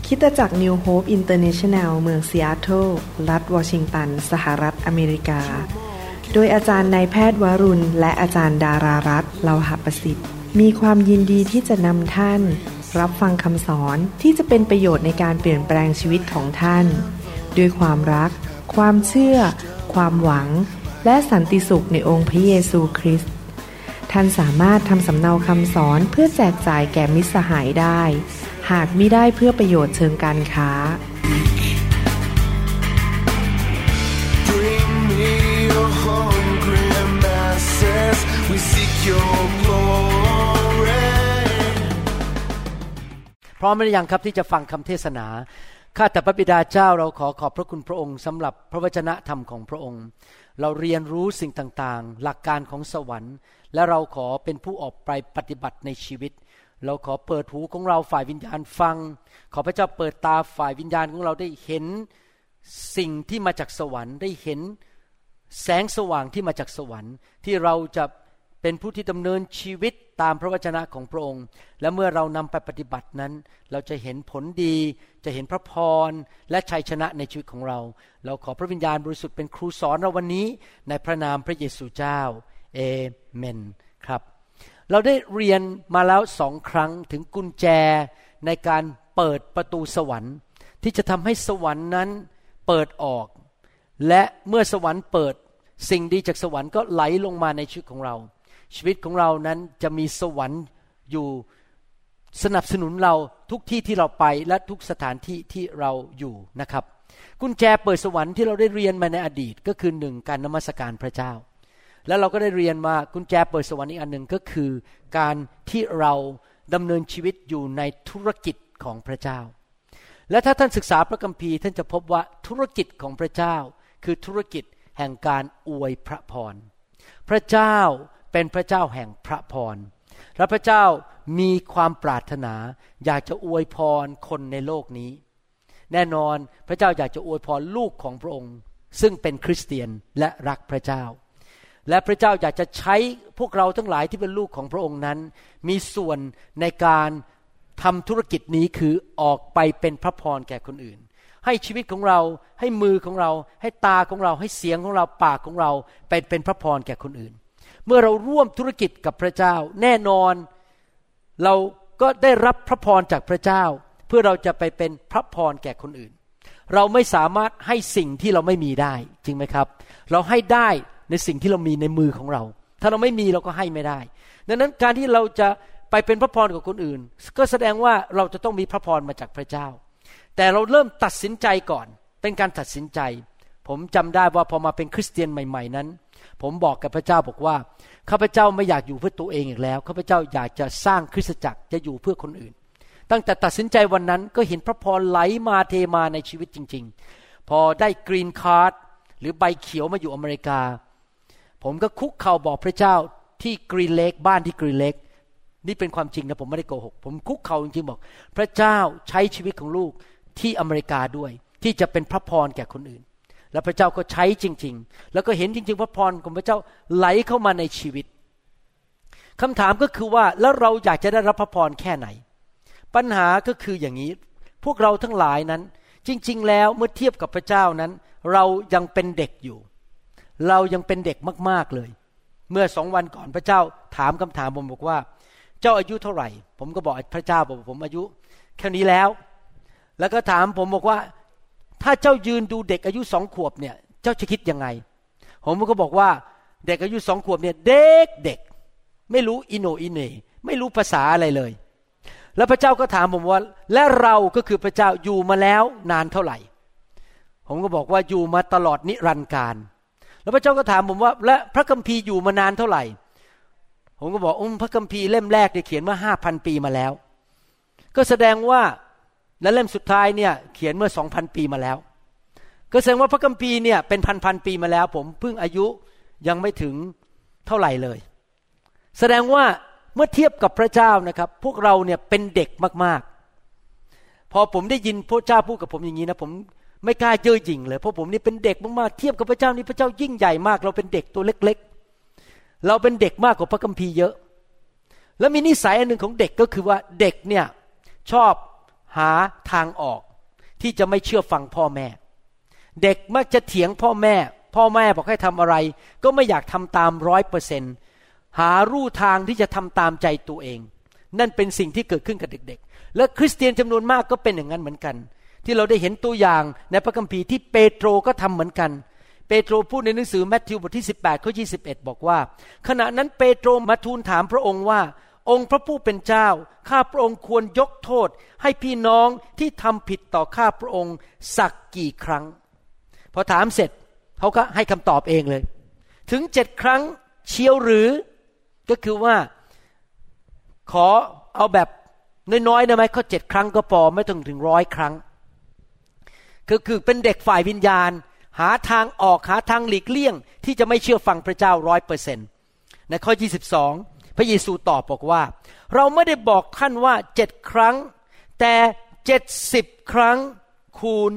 คริสตจักร New Hope International เมืองซีแอตเทิลรัฐวอชิงตันสหรัฐอเมริกาโดยอาจารย์นายแพทย์วรุณและอาจารย์ดารารัตน์เลาหประสิทธิ์มีความยินดีที่จะนำท่านรับฟังคำสอนที่จะเป็นประโยชน์ในการเปลี่ยนแปลงชีวิตของท่านด้วยความรักความเชื่อความหวังและสันติสุขในองค์พระเยซูคริสต์ท่านสามารถทำสำเนาคำสอนเพื่อแจกจ่ายแก่มิตรสหายได้หากมิได้เพื่อประโยชน์เชิงการค้าพร้อมหรือยังครับที่จะฟังคำเทศนาข้าแต่พระบิดาเจ้าเราขอขอบพระคุณพระองค์สำหรับพระวจนะธรรมของพระองค์เราเรียนรู้สิ่งต่างๆหลักการของสวรรค์และเราขอเป็นผู้ออกไปปฏิบัติในชีวิตเราขอเปิดหูของเราฝ่ายวิญญาณฟังขอพระเจ้าเปิดตาฝ่ายวิญญาณของเราได้เห็นสิ่งที่มาจากสวรรค์ได้เห็นแสงสว่างที่มาจากสวรรค์ที่เราจะเป็นผู้ที่ดำเนินชีวิตตามพระวจนะของพระองค์และเมื่อเรานำไปปฏิบัตินั้นเราจะเห็นผลดีจะเห็นพระพรและชัยชนะในชีวิตของเราเราขอพระวิญญาณบริสุทธิ์เป็นครูสอนเราวันนี้ในพระนามพระเยซูเจ้าเอเมนครับเราได้เรียนมาแล้ว2 ครั้งถึงกุญแจในการเปิดประตูสวรรค์ที่จะทำให้สวรรค์นั้นเปิดออกและเมื่อสวรรค์เปิดสิ่งดีจากสวรรค์ก็ไหลลงมาในชีวิตของเราชีวิตของเรานั้นจะมีสวรรค์อยู่สนับสนุนเราทุกที่ที่เราไปและทุกสถานที่ที่เราอยู่นะครับกุญแจเปิดสวรรค์ที่เราได้เรียนมาในอดีตก็คือ1การนมัสการพระเจ้าแล้วเราก็ได้เรียนมากุญแจเปิดสวรรค์อีกอันหนึ่งก็คือการที่เราดำเนินชีวิตอยู่ในธุรกิจของพระเจ้าและถ้าท่านศึกษาพระคัมภีร์ท่านจะพบว่าธุรกิจของพระเจ้าคือธุรกิจแห่งการอวยพระพรพระเจ้าเป็นพระเจ้าแห่งพระพรและพระเจ้ามีความปรารถนาอยากจะอวยพรคนในโลกนี้แน่นอนพระเจ้าอยากจะอวยพรลูกของพระองค์ซึ่งเป็นคริสเตียนและรักพระเจ้าและพระเจ้าอยากจะใช้พวกเราทั้งหลายที่เป็นลูกของพระองค์นั้นมีส่วนในการทำธุรกิจนี้คือออกไปเป็นพระพรแก่คนอื่นให้ชีวิตของเราให้มือของเราให้ตาของเราให้เสียงของเราปากของเราเป็นพระพรแก่คนอื่นเมื่อเราร่วมธุรกิจกับพระเจ้าแน่นอนเราก็ได้รับพระพรจากพระเจ้าเพื่อเราจะไปเป็นพระพรแก่คนอื่นเราไม่สามารถให้สิ่งที่เราไม่มีได้จริงไหมครับเราให้ได้ในสิ่งที่เรามีในมือของเราถ้าเราไม่มีเราก็ให้ไม่ได้ดังนั้นการที่เราจะไปเป็นพระพรกับคนอื่นก็แสดงว่าเราจะต้องมีพระพรมาจากพระเจ้าแต่เราเริ่มตัดสินใจก่อนเป็นการตัดสินใจผมจำได้ว่าพอมาเป็นคริสเตียนใหม่ๆนั้นผมบอกกับพระเจ้าบอกว่าข้าพเจ้าไม่อยากอยู่เพื่อตัวเองอีกแล้วข้าพเจ้าอยากจะสร้างคริสตจักรจะอยู่เพื่อคนอื่นตั้งแต่ตัดสินใจวันนั้นก็เห็นพระพรไหลมาเทมาในชีวิตจริงๆพอได้กรีนการ์ดหรือใบเขียวมาอยู่อเมริกาผมก็คุกเข่าบอกพระเจ้าที่กรีนเลคบ้านที่กรีนเลคนี่เป็นความจริงนะผมไม่ได้โกหกผมคุกเข่าจริงๆบอกพระเจ้าใช้ชีวิตของลูกที่อเมริกาด้วยที่จะเป็นพระพรแก่คนอื่นและพระเจ้าก็ใช้จริงๆแล้วก็เห็นจริงๆพระพรของพระเจ้าไหลเข้ามาในชีวิตคำถามก็คือว่าแล้วเราอยากจะได้รับพระพรแค่ไหนปัญหาก็คืออย่างนี้พวกเราทั้งหลายนั้นจริงๆแล้วเมื่อเทียบกับพระเจ้านั้นเรายังเป็นเด็กอยู่เรายังเป็นเด็กมากๆเลยเมื่อ2 วันก่อนพระเจ้าถามคำถามผมบอกว่าเจ้าอายุเท่าไหร่ผมก็บอกพระเจ้าบอกผมอายุแค่นี้แล้วก็ถามผมบอกว่าถ้าเจ้ายืนดูเด็กอายุ2 ขวบเนี่ยเจ้าจะคิดยังไงผมก็บอกว่าเด็กอายุ2 ขวบเนี่ยเด็กไม่รู้อิโนอิเนไม่รู้ภาษาอะไรเลยแล้วพระเจ้าก็ถามผมว่าและเราก็คือพระเจ้าอยู่มาแล้วนานเท่าไหร่ผมก็บอกว่าอยู่มาตลอดนิรันดร์กาลแล้วพระเจ้าก็ถามผมว่าและพระคัมภีร์อยู่มานานเท่าไหร่ผมก็บอกพระคัมภีร์เล่มแรกเนี่ยเขียนมา 5,000 ปีมาแล้วก็แสดงว่าและเล่มสุดท้ายเนี่ยเขียนเมื่อ 2,000 ปีมาแล้วก็แสดงว่าพระคัมภีร์เนี่ยเป็นพันปีมาแล้วผมเพิ่งอายุยังไม่ถึงเท่าไหร่เลยแสดงว่าเมื่อเทียบกับพระเจ้านะครับพวกเราเนี่ยเป็นเด็กมากๆพอผมได้ยินพระเจ้าพูดกับผมอย่างนี้นะผมไม่กล้าเย่อหยิ่งเลยเพราะผมนี่เป็นเด็กมากๆเทียบกับพระเจ้านี่พระเจ้ายิ่งใหญ่มากเราเป็นเด็กตัวเล็กๆเราเป็นเด็กมากกว่าพระคัมภีร์เยอะแล้วมีนิสัยอันนึงของเด็กก็คือว่าเด็กเนี่ยชอบหาทางออกที่จะไม่เชื่อฟังพ่อแม่เด็กมักจะเถียงพ่อแม่บอกให้ทำอะไรก็ไม่อยากทำตาม 100% หาลู่ทางที่จะทำตามใจตัวเองนั่นเป็นสิ่งที่เกิดขึ้นกับเด็กๆและคริสเตียนจำนวนมากก็เป็นอย่างนั้นเหมือนกันที่เราได้เห็นตัวอย่างในพระคัมภีร์ที่เปโตรก็ทำเหมือนกันเปโตรพูดในหนังสือมัทธิวบทที่18ข้อ21บอกว่าขณะนั้นเปโตรมาทูลถามพระองค์ว่าองค์พระผู้เป็นเจ้าข้าพระองค์ควรยกโทษให้พี่น้องที่ทำผิดต่อข้าพระองค์สักกี่ครั้งพอถามเสร็จเขาก็ให้คำตอบเองเลยถึง7ครั้งเชียวหรือก็คือว่าขอเอาแบบน้อยๆได้ไหมข้อ7ครั้งก็พอไม่ต้องถึง100ครั้งคือเป็นเด็กฝ่ายวิญญาณหาทางออกหาทางหลีกเลี่ยงที่จะไม่เชื่อฟังพระเจ้า 100% ในข้อ22พระเยซูตอบบอกว่าเราไม่ได้บอกท่านว่า7ครั้งแต่70ครั้งคูณ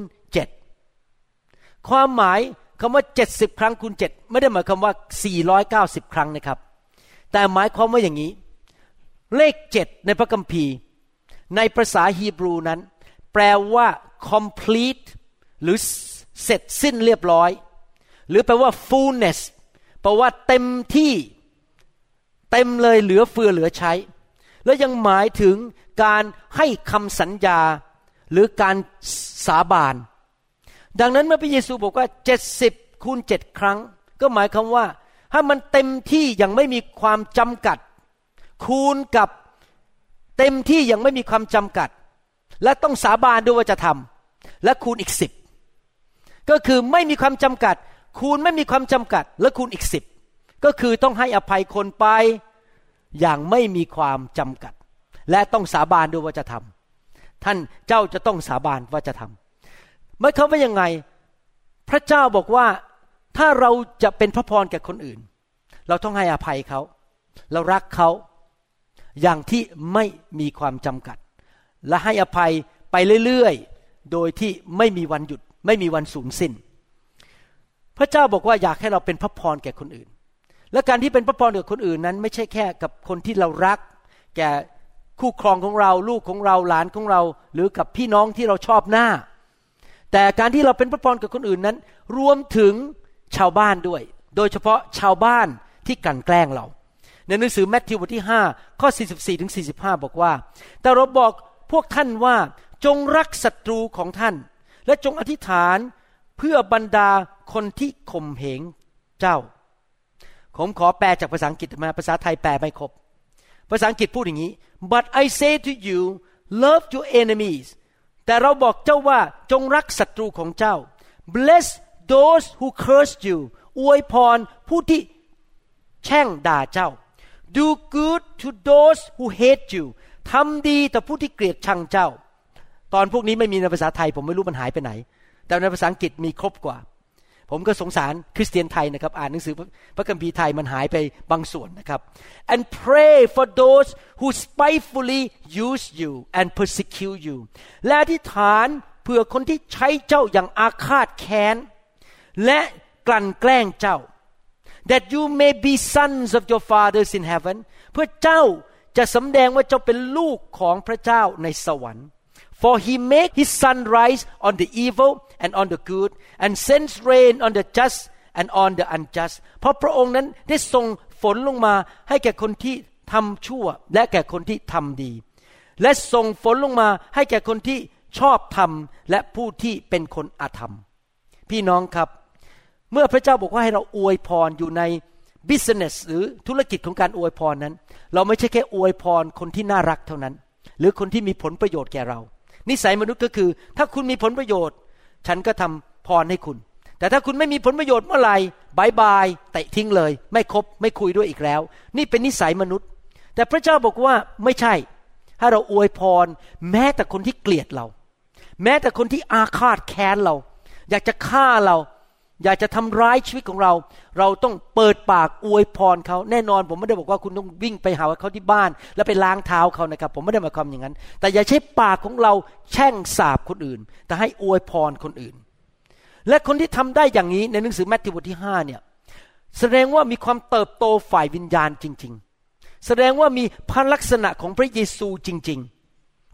7ความหมายคำว่า70ครั้งคูณ7ไม่ได้หมายความว่า490ครั้งนะครับแต่หมายความว่าอย่างนี้เลข7ในพระคัมภีร์ในภาษาฮีบรูนั้นแปลว่า complete หรือเสร็จสิ้นเรียบร้อยหรือแปลว่า fullness แปลว่าเต็มที่เต็มเลยเหลือเฟือเหลือใช้และยังหมายถึงการให้คำสัญญาหรือการสาบานดังนั้นเมื่อพระเยซูบอกว่า70คูณ7ครั้งก็หมายความว่าถ้ามันเต็มที่อย่างไม่มีความจำกัดคูณกับเต็มที่อย่างไม่มีความจำกัดและต้องสาบานด้วยว่าจะทำและคูณอีก10ก็คือไม่มีความจำกัดคูณไม่มีความจำกัดและคูณอีก10ก็คือต้องให้อภัยคนไปอย่างไม่มีความจำกัดและต้องสาบานด้วยว่าจะทำท่านเจ้าจะต้องสาบานว่าจะทำหมายความว่ายังไงพระเจ้าบอกว่าถ้าเราจะเป็นพระพรแก่คนอื่นเราต้องให้อภัยเขาเรารักเขาอย่างที่ไม่มีความจำกัดและให้อภัยไปเรื่อยๆโดยที่ไม่มีวันหยุดไม่มีวันสูญสิ้นพระเจ้าบอกว่าอยากให้เราเป็นพระพรแก่คนอื่นและการที่เป็นพระพรแก่คนอื่นนั้นไม่ใช่แค่กับคนที่เรารักแก่คู่ครองของเราลูกของเราหลานของเราหรือกับพี่น้องที่เราชอบหน้าแต่การที่เราเป็นพระพรกับคนอื่นนั้นรวมถึงชาวบ้านด้วยโดยเฉพาะชาวบ้านที่กลั่นแกล้งเราในหนังสือมัทธิวบทที่5ข้อ44ถึง45บอกว่าแต่เราบอกพวกท่านว่าจงรักศัตรูของท่านและจงอธิษฐานเพื่อบรรดาคนที่ข่มเหงเจ้าผมขอแปลจากภาษาอังกฤษมาภาษาไทยแปลไม่ครบภาษาอังกฤษพูดอย่างนี้ But I say to you love your enemies แต่เราบอกเจ้าว่าจงรักศัตรูของเจ้า Bless those who curse you อวยพรผู้ที่แช่งด่าเจ้า Do good to those who hate you ทำดีต่อผู้ที่เกลียดชังเจ้าตอนพวกนี้ไม่มีในภาษาไทยผมไม่รู้มันหายไปไหนแต่ในภาษาอังกฤษมีครบกว่าผมก็สงสารคริสเตียนไทยนะครับอ่านหนังสือพระคัมภีร์ไทยมันหายไปบางส่วนนะครับ and pray for those who spitefully use you and persecute you และอธิษฐานเพื่อคนที่ใช้เจ้าอย่างอาฆาตแค้นและกลั่นแกล้งเจ้า that you may be sons of your fathers in heaven เพื่อเจ้าจะสำแดงว่าเจ้าเป็นลูกของพระเจ้าในสวรรค์ for he make his sun rise on the evil and on the good and sends rain on the just and on the unjust เพราะพระองค์นั้นได้ส่งฝนลงมาให้แก่คนที่ทำชั่วและแก่คนที่ทำดีและส่งฝนลงมาให้แก่คนที่ชอบธรรมและผู้ที่เป็นคนอธรรมพี่น้องครับเมื่อพระเจ้าบอกว่าให้เราอวยพรอยู่ใน business หรือธุรกิจของการอวยพรนั้นเราไม่ใช่แค่อวยพรคนที่น่ารักเท่านั้นหรือคนที่มีผลประโยชน์แก่เรานิสัยมนุษย์ก็คือถ้าคุณมีผลประโยชน์ฉันก็ทำพรให้คุณแต่ถ้าคุณไม่มีผลประโยชน์เมื่อไหร่บายบายเตะทิ้งเลยไม่คบไม่คุยด้วยอีกแล้วนี่เป็นนิสัยมนุษย์แต่พระเจ้าบอกว่าไม่ใช่ถ้าเราอวยพรแม้แต่คนที่เกลียดเราแม้แต่คนที่อาฆาตแค้นเราอยากจะฆ่าเราอยากจะทำร้ายชีวิตของเราเราต้องเปิดปากอวยพรเขาแน่นอนผมไม่ได้บอกว่าคุณต้องวิ่งไปหาเขาที่บ้านแล้วไปล้างเท้าเขานะครับผมไม่ได้หมายความอย่างนั้นแต่อย่าใช้ปากของเราแช่งสาปคนอื่นแต่ให้อวยพรคนอื่นและคนที่ทำได้อย่างนี้ในหนังสือมัทธิวบทที่5เนี่ยแสดงว่ามีความเติบโตฝ่ายวิญญาณจริงๆแสดงว่ามีพระลักษณะของพระเยซูจริงๆ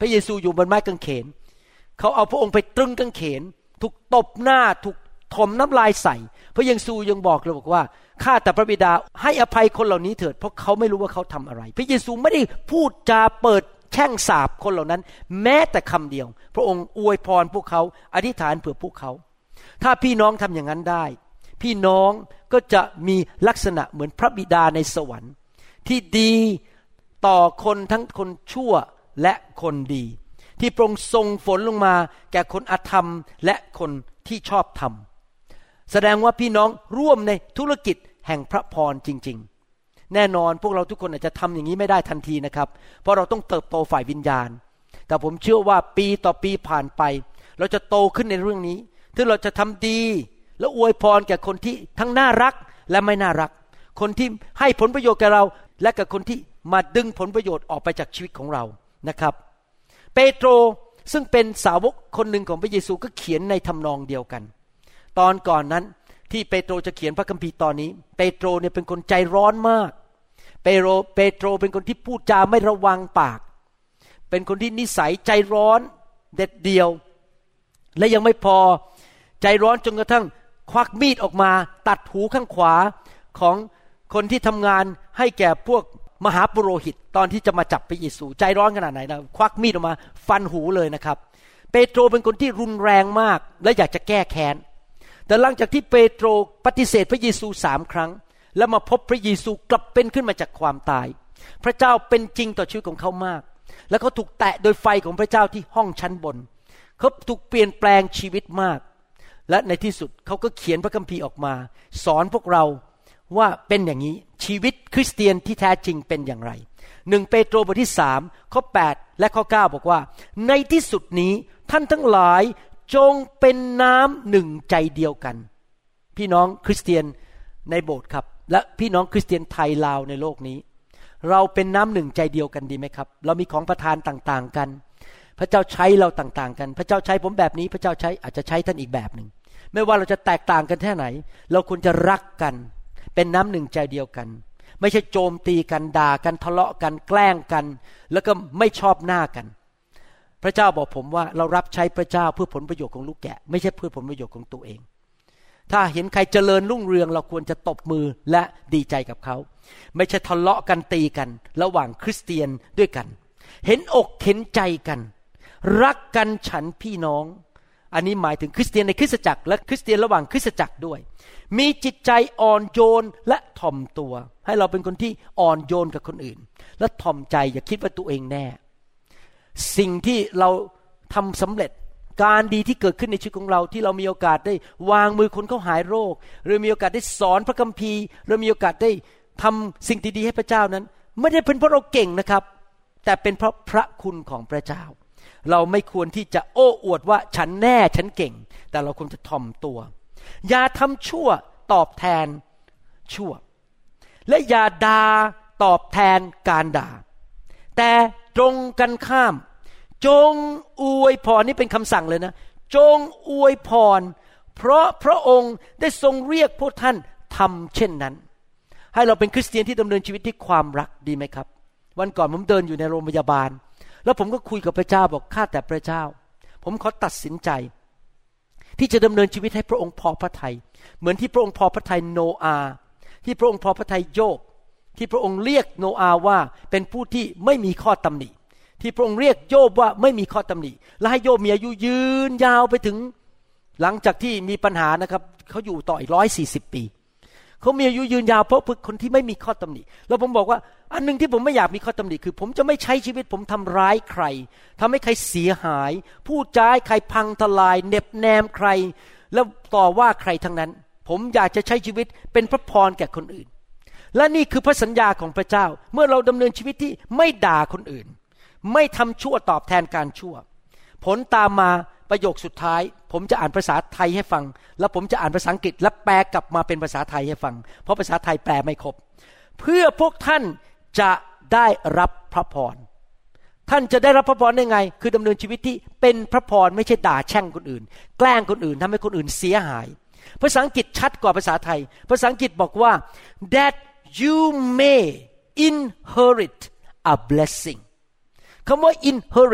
ระเยซูอยู่บนไม้กางเขนเขาเอาพระองค์ไปตรึงกางเขนถูกตบหน้าถูกถมน้ำลายใส่พระเยซูยังบอกเลยบอกว่าข้าแต่พระบิดาให้อภัยคนเหล่านี้เถิดเพราะเขาไม่รู้ว่าเขาทำอะไรพระเยซูไม่ได้พูดจาเปิดแช่งสาปคนเหล่านั้นแม้แต่คำเดียวพระองค์อวยพรพวกเขาอธิษฐานเผื่อพวกเขาถ้าพี่น้องทำอย่างนั้นได้พี่น้องก็จะมีลักษณะเหมือนพระบิดาในสวรรค์ที่ดีต่อคนทั้งคนชั่วและคนดีที่พระองค์ทรงฝนลงมาแก่คนอธรรมและคนที่ชอบธรรมแสดงว่าพี่น้องร่วมในธุรกิจแห่งพระพรจริงๆแน่นอนพวกเราทุกคนอาจจะทำอย่างนี้ไม่ได้ทันทีนะครับเพราะเราต้องเติบโตฝ่ายวิญญาณแต่ผมเชื่อว่าปีต่อปีผ่านไปเราจะโตขึ้นในเรื่องนี้ที่เราจะทำดีและอวยพรแก่คนที่ทั้งน่ารักและไม่น่ารักคนที่ให้ผลประโยชน์แก่เราและกับคนที่มาดึงผลประโยชน์ออกไปจากชีวิตของเรานะครับเปโตรซึ่งเป็นสาวกคนหนึ่งของพระเยซูก็เขียนในทำนองเดียวกันตอนก่อนนั้นที่เปโตรจะเขียนพระคัมภีร์ตอนนี้เปโตรเนี่ยเป็นคนใจร้อนมากเปโตรเป็นคนที่พูดจาไม่ระวังปากเป็นคนที่นิสัยใจร้อนเด็ดเดี่ยวและยังไม่พอใจร้อนจนกระทั่งควักมีดออกมาตัดหูข้างขวาของคนที่ทำงานให้แก่พวกมหาปุโรหิตตอนที่จะมาจับพระเยซูใจร้อนขนาดไหนนะควักมีดออกมาฟันหูเลยนะครับเปโตรเป็นคนที่รุนแรงมากและอยากจะแก้แค้นแต่หลังจากที่เปโตรปฏิเสธพระเยซู3 ครั้งแล้วมาพบพระเยซูกลับเป็นขึ้นมาจากความตายพระเจ้าเป็นจริงต่อชีวิตของเขามากแล้วเขาถูกแตะโดยไฟของพระเจ้าที่ห้องชั้นบนเขาถูกเปลี่ยนแปลงชีวิตมากและในที่สุดเขาก็เขียนพระคัมภีร์ออกมาสอนพวกเราว่าเป็นอย่างนี้ชีวิตคริสเตียนที่แท้จริงเป็นอย่างไร1เปโตรบทที่3ข้อ8และข้อ9บอกว่าในที่สุดนี้ท่านทั้งหลายจงเป็นน้ำหนึ่งใจเดียวกันพี่น้องคริสเตียนในโบสถ์ครับและพี่น้องคริสเตียนไทยลาวในโลกนี้เราเป็นน้ำหนึ่งใจเดียวกันดีไหมครับเรามีของประทานต่างๆกันพระเจ้าใช้เราต่างๆกันพระเจ้าใช้ผมแบบนี้พระเจ้าใช้อาจจะใช้ท่านอีกแบบนึงไม่ว่าเราจะแตกต่างกันแค่ไหนเราควรจะรักกันเป็นน้ำหนึ่งใจเดียวกันไม่ใช่โจมตีกันด่ากันทะเลาะกันแกล้งกันแล้วก็ไม่ชอบหน้ากันพระเจ้าบอกผมว่าเรารับใช้พระเจ้าเพื่อผลประโยชน์ของลูกแกะไม่ใช่เพื่อผลประโยชน์ของตัวเองถ้าเห็นใครเจริญรุ่งเรืองเราควรจะตบมือและดีใจกับเขาไม่ใช่ทะเลาะกันตีกันระหว่างคริสเตียนด้วยกันเห็นอกเห็นใจกันรักกันฉันพี่น้องอันนี้หมายถึงคริสเตียนในคริสตจักรและคริสเตียนระหว่างคริสตจักรด้วยมีจิตใจอ่อนโยนและถ่อมตัวให้เราเป็นคนที่อ่อนโยนกับคนอื่นและถ่อมใจอย่าคิดว่าตัวเองแน่สิ่งที่เราทำสำเร็จการดีที่เกิดขึ้นในชีวิตของเราที่เรามีโอกาสได้วางมือคนเขาหายโรคหรือมีโอกาสได้สอนพระคัมภีร์หรือมีโอกาสได้ทำสิ่งดีๆให้พระเจ้านั้นไม่ได้เป็นเพราะเราเก่งนะครับแต่เป็นเพราะพระคุณของพระเจ้าเราไม่ควรที่จะโอ้อวดว่าฉันแน่ฉันเก่งแต่เราควรจะถ่อมตัวอย่าทำชั่วตอบแทนชั่วและอย่าด่าตอบแทนการด่าแต่ตรงกันข้ามจงอวยพรนี่เป็นคำสั่งเลยนะจงอวยพรเพราะพระองค์ได้ทรงเรียกพวกท่านทำเช่นนั้นให้เราเป็นคริสเตียนที่ดำเนินชีวิตที่ความรักดีไหมครับวันก่อนผมเดินอยู่ในโรงพยาบาลแล้วผมก็คุยกับพระเจ้าบอกข้าแต่พระเจ้าผมขอตัดสินใจที่จะดำเนินชีวิตให้พระองค์พอพระทัยเหมือนที่พระองค์พอพระทัยโนอาห์ที่พระองค์พอพระทัยโยบที่พระองค์เรียกโนอาห์ว่าเป็นผู้ที่ไม่มีข้อตำหนิที่พระองค์เรียกโยบว่าไม่มีข้อตำหนิและให้โยบมีอายุยืนยาวไปถึงหลังจากที่มีปัญหานะครับเขาอยู่ต่ออีก140 ปีเขามีอายุยืนยาวเพราะคนที่ไม่มีข้อตำหนิแล้วผมบอกว่าอันนึงที่ผมไม่อยากมีข้อตำหนิคือผมจะไม่ใช้ชีวิตผมทำร้ายใครทำให้ใครเสียหายพูดจาใครพังทลายเน็บแนมใครแล้วต่อว่าใครทั้งนั้นผมอยากจะใช้ชีวิตเป็นพระพรแก่คนอื่นและนี่คือพระสัญญาของพระเจ้าเมื่อเราดำเนินชีวิตที่ไม่ด่าคนอื่นไม่ทำชั่วตอบแทนการชั่วผลตามมาประโยคสุดท้ายผมจะอ่านภาษาไทยให้ฟังแล้วผมจะอ่านภาษาอังกฤษและแปลกลับมาเป็นภาษาไทยให้ฟังเพราะภาษาไทยแปลไม่ครบเพื่อพวกท่านจะได้รับพระพรท่านจะได้รับพระพรได้ไงคือดำเนินชีวิตที่เป็นพระพรไม่ใช่ด่าแช่งคนอื่นแกล้งคนอื่นทำให้คนอื่นเสียหายภาษาอังกฤษชัดกว่าภาษาไทยภาษาอังกฤษบอกว่า that you may inherit a blessing คำว่า inherit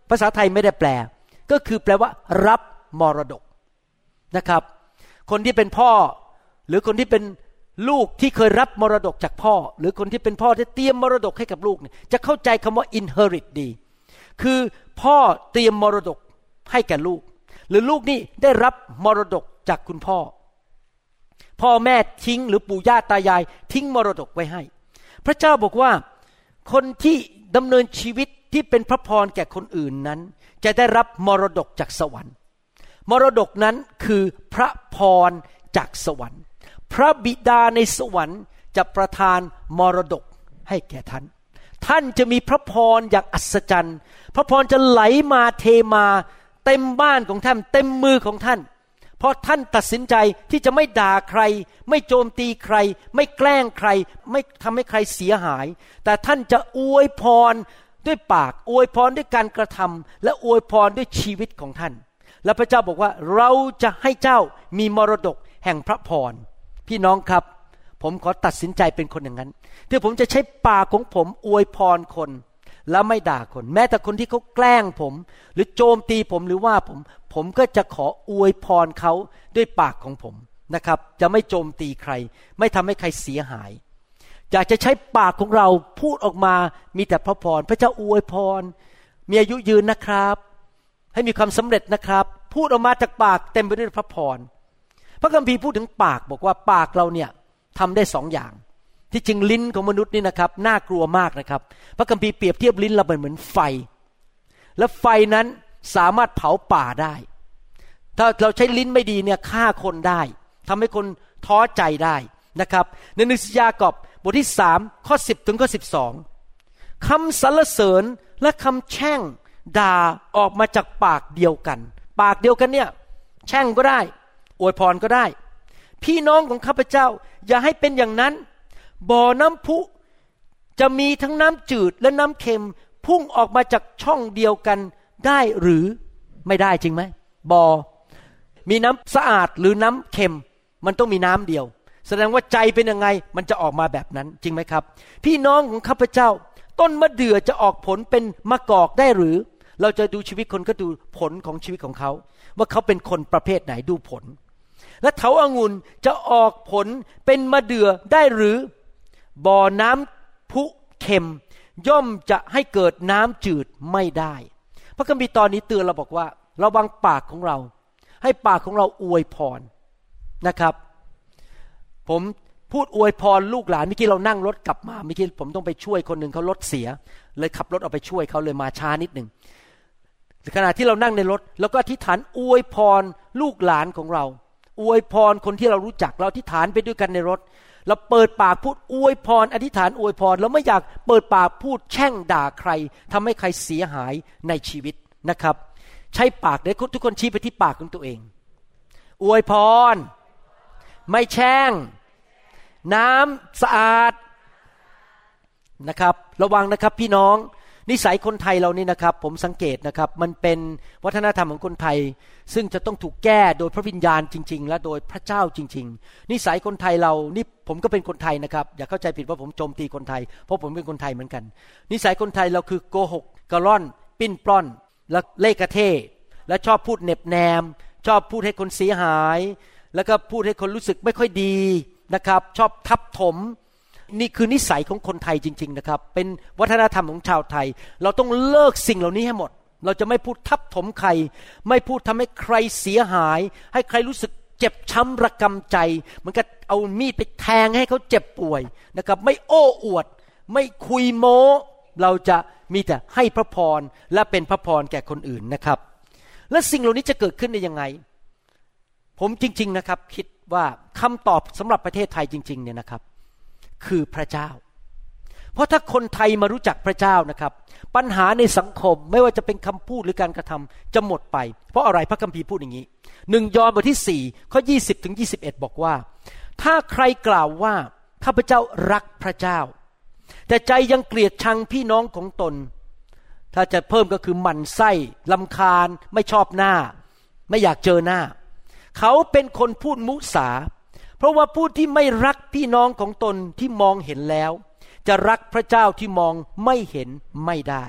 ภาษาไทยไม่ได้แปลก็คือแปลว่ารับมรดกนะครับคนที่เป็นพ่อหรือคนที่เป็นลูกที่เคยรับมรดกจากพ่อหรือคนที่เป็นพ่อที่เตรียมมรดกให้กับลูกเนี่ยจะเข้าใจคำว่า inherit ดีคือพ่อเตรียมมรดกให้แก่ลูกหรือลูกนี่ได้รับมรดกจากคุณพ่อพ่อแม่ทิ้งหรือปู่ย่าตายายทิ้งมรดกไว้ให้พระเจ้าบอกว่าคนที่ดำเนินชีวิตที่เป็นพระพรแก่คนอื่นนั้นจะได้รับมรดกจากสวรรค์มรดกนั้นคือพระพรจากสวรรค์พระบิดาในสวรรค์จะประทานมรดกให้แก่ท่านท่านจะมีพระพรอย่างอัศจรรย์พระพรจะไหลมาเทมาเต็มบ้านของท่านเต็มมือของท่านเพราะท่านตัดสินใจที่จะไม่ด่าใครไม่โจมตีใครไม่แกล้งใครไม่ทำให้ใครเสียหายแต่ท่านจะอวยพรด้วยปากอวยพรด้วยการกระทำและอวยพรด้วยชีวิตของท่านและพระเจ้าบอกว่าเราจะให้เจ้ามีมรดกแห่งพระพรพี่น้องครับผมขอตัดสินใจเป็นคนอย่างนั้นที่ผมจะใช้ปากของผมอวยพรคนและไม่ด่าคนแม้แต่คนที่เขาแกล้งผมหรือโจมตีผมหรือว่าผมก็จะขออวยพรเขาด้วยปากของผมนะครับจะไม่โจมตีใครไม่ทำให้ใครเสียหายอยากจะใช้ปากของเราพูดออกมามีแต่พระพรพระเจ้าอวยพรมีอายุยืนนะครับให้มีความสำเร็จนะครับพูดออกมาจากปากเต็มไปด้วยพระพรพระคัมภีร์พูดถึงปากบอกว่าปากเราเนี่ยทำได้สองอย่างที่จริงลิ้นของมนุษย์นี่นะครับน่ากลัวมากนะครับพระคัมภีร์เปรียบเทียบลิ้นเราเหมือนไฟและไฟนั้นสามารถเผาป่าได้ถ้าเราใช้ลิ้นไม่ดีเนี่ยฆ่าคนได้ทำให้คนท้อใจได้นะครับในหนังสือยากอบบทที่3ข้อ10ถึงข้อ12คำสรรเสริญและคำแช่งด่าออกมาจากปากเดียวกันปากเดียวกันเนี่ยแช่งก็ได้อวยพรก็ได้พี่น้องของข้าพเจ้าอย่าให้เป็นอย่างนั้นบ่อน้ำพุจะมีทั้งน้ำจืดและน้ำเค็มพุ่งออกมาจากช่องเดียวกันได้หรือไม่ได้จริงไหมบ่อมีน้ำสะอาดหรือน้ำเค็มมันต้องมีน้ำเดียวแสดงว่าใจเป็นยังไงมันจะออกมาแบบนั้นจริงไหมครับพี่น้องของข้าพเจ้าต้นมะเดื่อจะออกผลเป็นมะกอกได้หรือเราจะดูชีวิตคนก็ดูผลของชีวิตของเขาว่าเขาเป็นคนประเภทไหนดูผลและเถาองุ่นจะออกผลเป็นมะเดื่อได้หรือบ่อน้ำพุเค็มย่อมจะให้เกิดน้ำจืดไม่ได้พระคัมภีร์ตอนนี้เตือนเราบอกว่าระวังปากของเราให้ปากของเราอวยพรนะครับผมพูดอวยพรลูกหลานเมื่อกี้เรานั่งรถกลับมาเมื่อกี้ผมต้องไปช่วยคนหนึ่งเขารถเสียเลยขับรถออกไปช่วยเขาเลยมาช้านิดนึงขณะที่เรานั่งในรถแล้วก็อธิษฐานอวยพรลูกหลานของเราอวยพรคนที่เรารู้จักเราอธิษฐานไปด้วยกันในรถเราเปิดปากพูดอวยพรอธิษฐานอวยพรเราไม่อยากเปิดปากพูดแช่งด่าใครทำให้ใครเสียหายในชีวิตนะครับใช้ปากได้ทุกคนชี้ไปที่ปากของตัวเองอวยพรไม่แช่งน้ำสะอาดนะครับระวังนะครับพี่น้องนิสัยคนไทยเรานี่นะครับผมสังเกตนะครับมันเป็นวัฒนธรรมของคนไทยซึ่งจะต้องถูกแก้โดยพระวิญญาณจริงๆและโดยพระเจ้าจริงๆนิสัยคนไทยเรานี่ผมก็เป็นคนไทยนะครับอย่าเข้าใจผิดว่าผมโจมตีคนไทยเพราะผมเป็นคนไทยเหมือนกันนิสัยคนไทยเราคือโกหกกระล่อนปิ้นปล้อนและเล่ห์กระเท่และชอบพูดเน็บแนมชอบพูดให้คนเสียหายแล้วก็พูดให้คนรู้สึกไม่ค่อยดีนะครับชอบทับถมนี่คือนิสัยของคนไทยจริงๆนะครับเป็นวัฒนธรรมของชาวไทยเราต้องเลิกสิ่งเหล่านี้ให้หมดเราจะไม่พูดทับถมใครไม่พูดทำให้ใครเสียหายให้ใครรู้สึกเจ็บช้ำระกำใจเหมือนกับเอามีดไปแทงให้เขาเจ็บป่วยนะครับไม่โอ้อวดไม่คุยโม้เราจะมีแต่ให้พระพรและเป็นพระพรแก่คนอื่นนะครับและสิ่งเหล่านี้จะเกิดขึ้นได้ยังไงผมจริงๆนะครับคิดว่าคำตอบสำหรับประเทศไทยจริงๆเนี่ยนะครับคือพระเจ้าเพราะถ้าคนไทยมารู้จักพระเจ้านะครับปัญหาในสังคมไม่ว่าจะเป็นคำพูดหรือการกระทำจะหมดไปเพราะอะไรพระคัมภีร์พูดอย่างนี้1 ยอห์นบทที่4ข้อ20ถึง21บอกว่าถ้าใครกล่าวว่าข้าพเจ้ารักพระเจ้าแต่ใจยังเกลียดชังพี่น้องของตนถ้าจะเพิ่มก็คือหมั่นไส้รำคาญไม่ชอบหน้าไม่อยากเจอหน้าเขาเป็นคนพูดมุสาเพราะว่าผู้ที่ไม่รักพี่น้องของตนที่มองเห็นแล้วจะรักพระเจ้าที่มองไม่เห็นไม่ได้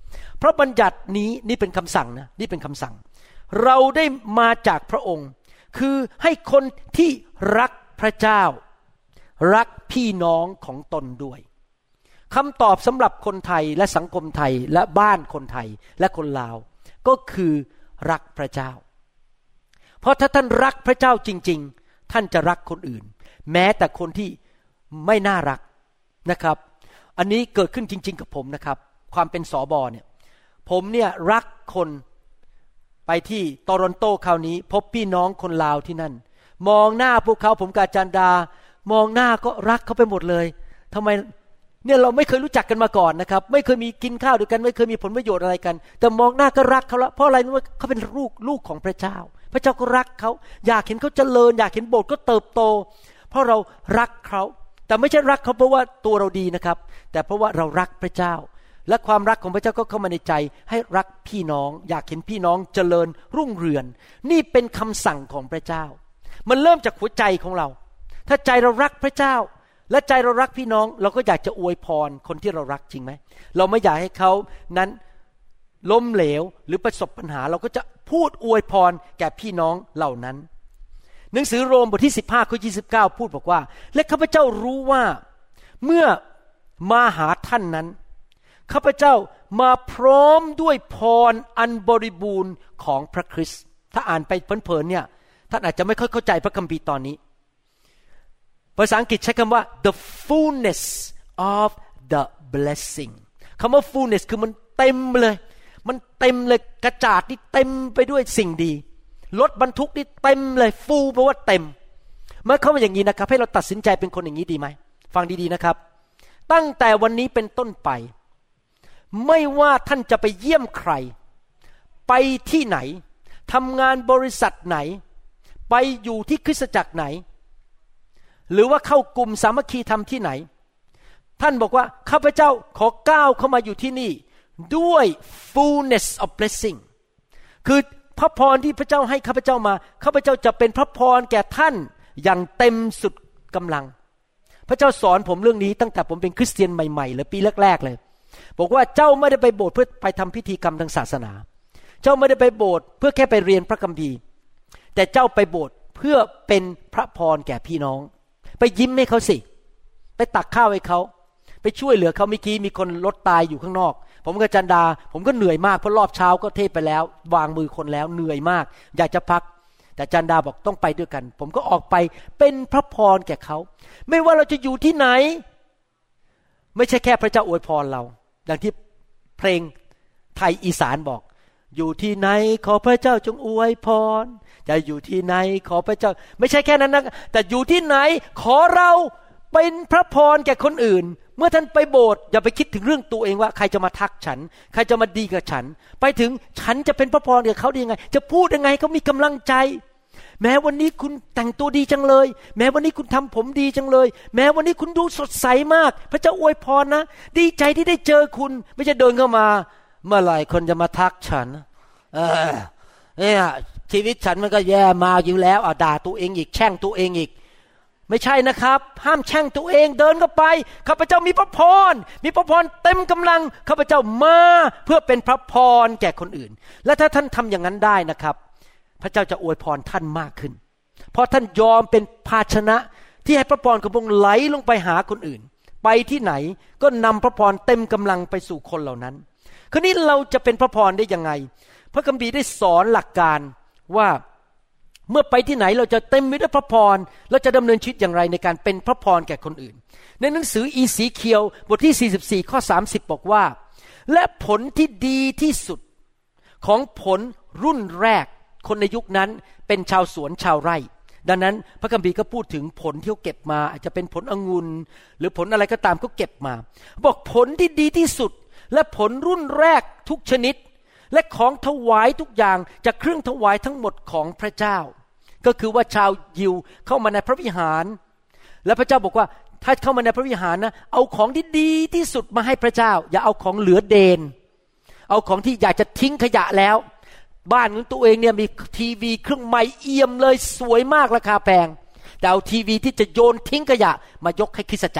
พระบัญญัตินี้นี่เป็นคำสั่งนะนี่เป็นคำสั่งเราได้มาจากพระองค์คือให้คนที่รักพระเจ้ารักพี่น้องของตนด้วยคำตอบสำหรับคนไทยและสังคมไทยและบ้านคนไทยและคนลาวก็คือรักพระเจ้าเพราะถ้าท่านรักพระเจ้าจริงๆท่านจะรักคนอื่นแม้แต่คนที่ไม่น่ารักนะครับอันนี้เกิดขึ้นจริงๆกับผมนะครับความเป็นสบเนี่ยผมเนี่ยรักคนไปที่โตรอนโตคราวนี้พบพี่น้องคนลาวที่นั่นมองหน้าพวกเขาผมกับอาจารย์ดามองหน้าก็รักเขาไปหมดเลยทำไมเนี่ยเราไม่เคยรู้จักกันมาก่อนนะครับไม่เคยมีกินข้าวด้วยกันไม่เคยมีผลประโยชน์อะไรกันแต่มองหน้าก็รักเขาละเพราะอะไรรู้ไหมเขาเป็นลูกของพระเจ้าพระเจ้าก็รักเขาอยากเห็นเขาเจริญอยากเห็นโบสถ์ก็เติบโตเพราะเรารักเขาแต่ไม่ใช่รักเขาเพราะว่าตัวเราดีนะครับแต่เพราะว่าเรารักพระเจ้าและความรักของพระเจ้าก็เข้ามาในใจให้รักพี่น้องอยากเห็นพี่น้องเจริญรุ่งเรืองนี่เป็นคำสั่งของพระเจ้ามันเริ่มจากหัวใจของเราถ้าใจเรารักพระเจ้าและใจเรารักพี่น้องเราก็อยากจะอวยพรคนที่เรารักจริงไหมเราไม่อยากให้เขานั้นล้มเหลวหรือประสบปัญหาเราก็จะพูดอวยพรแก่พี่น้องเหล่านั้นหนังสือโรมบทที่15ข้อ29พูดบอกว่าและข้าพเจ้ารู้ว่าเมื่อมาหาท่านนั้นข้าพเจ้ามาพร้อมด้วยพรอันบริบูรณ์ของพระคริสต์ถ้าอ่านไปเพลินๆเนี่ยท่านอาจจะไม่ค่อยเข้าใจพระคัมภีร์ตอนนี้ภาษาอังกฤษใช้คำว่า the fullness of the blessing คำว่า fullness คือมันเต็มเลยมันเต็มเลยกระจาดนี่เต็มไปด้วยสิ่งดีรถบรรทุกนี่เต็มเลยฟูลแปลว่าเต็มเมื่อเขาเป็นอย่างนี้นะครับให้เราตัดสินใจเป็นคนอย่างนี้ดีไหมฟังดีๆนะครับตั้งแต่วันนี้เป็นต้นไปไม่ว่าท่านจะไปเยี่ยมใครไปที่ไหนทำงานบริษัทไหนไปอยู่ที่คริสตจักรไหนหรือว่าเข้ากลุ่มสามัคคีธรรมที่ไหนท่านบอกว่าข้าพเจ้าขอก้าวเข้ามาอยู่ที่นี่ด้วย fullness of blessing คือพระพรที่พระเจ้าให้ข้าพเจ้ามาข้าพเจ้าจะเป็นพระพรแก่ท่านอย่างเต็มสุดกำลังพระเจ้าสอนผมเรื่องนี้ตั้งแต่ผมเป็นคริสเตียนใหม่ๆเลยปีแรกๆเลยบอกว่าเจ้าไม่ได้ไปโบสถ์เพื่อไปทำพิธีกรรมทางศาสนาเจ้าไม่ได้ไปโบสถ์เพื่อแค่ไปเรียนพระคัมภีร์แต่เจ้าไปโบสถ์เพื่อเป็นพระพรแก่พี่น้องไปยิ้มให้เขาสิไปตักข้าวให้เขาไปช่วยเหลือเขาเมื่อกี้มีคนรถตายอยู่ข้างนอกผมกับจันดาผมก็เหนื่อยมากเพราะรอบเช้าก็เทศไปแล้ววางมือคนแล้วเหนื่อยมากอยากจะพักแต่จันดาบอกต้องไปด้วยกันผมก็ออกไปเป็นพระพรแก่เขาไม่ว่าเราจะอยู่ที่ไหนไม่ใช่แค่พระเจ้าอวยพรเราอย่างที่เพลงไทยอีสานบอกอยู่ที่ไหนขอพระเจ้าจงอวยพรจะอยู่ที่ไหนขอพระเจ้าไม่ใช่แค่นั้นนะแต่อยู่ที่ไหนขอเราเป็นพระพรแก่คนอื่นเมื่อท่านไปโบสถ์อย่าไปคิดถึงเรื่องตัวเองว่าใครจะมาทักฉันใครจะมาดีกับฉันไปถึงฉันจะเป็นพระพรกับเขาได้ยังไงจะพูดยังไงให้เขามีกำลังใจแม้วันนี้คุณแต่งตัวดีจังเลยแม้วันนี้คุณทำผมดีจังเลยแม้วันนี้คุณดูสดใสมากพระเจ้าอวยพรนะดีใจที่ได้เจอคุณไม่ใช่เดินเข้ามาเมื่อไหร่คนจะมาทักฉันเนี่ยชีวิตฉันมันก็แย่มาอยู่แล้วด่าตัวเองอีกแช่งตัวเองอีกไม่ใช่นะครับห้ามแช่งตัวเองเดินเข้าไปข้าพเจ้ามีพระพรเต็มกำลังข้าพเจ้ามาเพื่อเป็นพระพรแก่คนอื่นและถ้าท่านทำอย่างนั้นได้นะครับพระเจ้าจะอวยพรท่านมากขึ้นเพราะท่านยอมเป็นภาชนะที่ให้พระพรของพระองค์ไหลลงไปหาคนอื่นไปที่ไหนก็นำพระพรเต็มกำลังไปสู่คนเหล่านั้นคราวนี้เราจะเป็นพระพรได้ยังไงพระคัมภีร์ได้สอนหลักการว่าเมื่อไปที่ไหนเราจะเต็มไปด้วยพระพรเราจะดำเนินชีวิตอย่างไรในการเป็นพระพรแก่คนอื่นในหนังสืออีสีเคียวบทที่44ข้อ30บอกว่าและผลที่ดีที่สุดของผลรุ่นแรกคนในยุคนั้นเป็นชาวสวนชาวไร่ดังนั้นพระคัมภีร์ก็พูดถึงผลที่เขาเก็บมาอาจจะเป็นผลองุ่นหรือผลอะไรก็ตามเขาเก็บมาบอกผลที่ดีที่สุดและผลรุ่นแรกทุกชนิดและของถวายทุกอย่างจากเครื่องถวายทั้งหมดของพระเจ้าก็คือว่าชาวยิวเข้ามาในพระวิหารและพระเจ้าบอกว่าถ้าเข้ามาในพระวิหารนะเอาของที่ดีที่สุดมาให้พระเจ้าอย่าเอาของเหลือเดนเอาของที่อยากจะทิ้งขยะแล้วบ้านของตัวเองเนี่ยมีทีวีเครื่องใหม่เอี่ยมเลยสวยมากราคาแพงแต่เอาทีวีที่จะโยนทิ้งขยะมายกให้คริสตจักร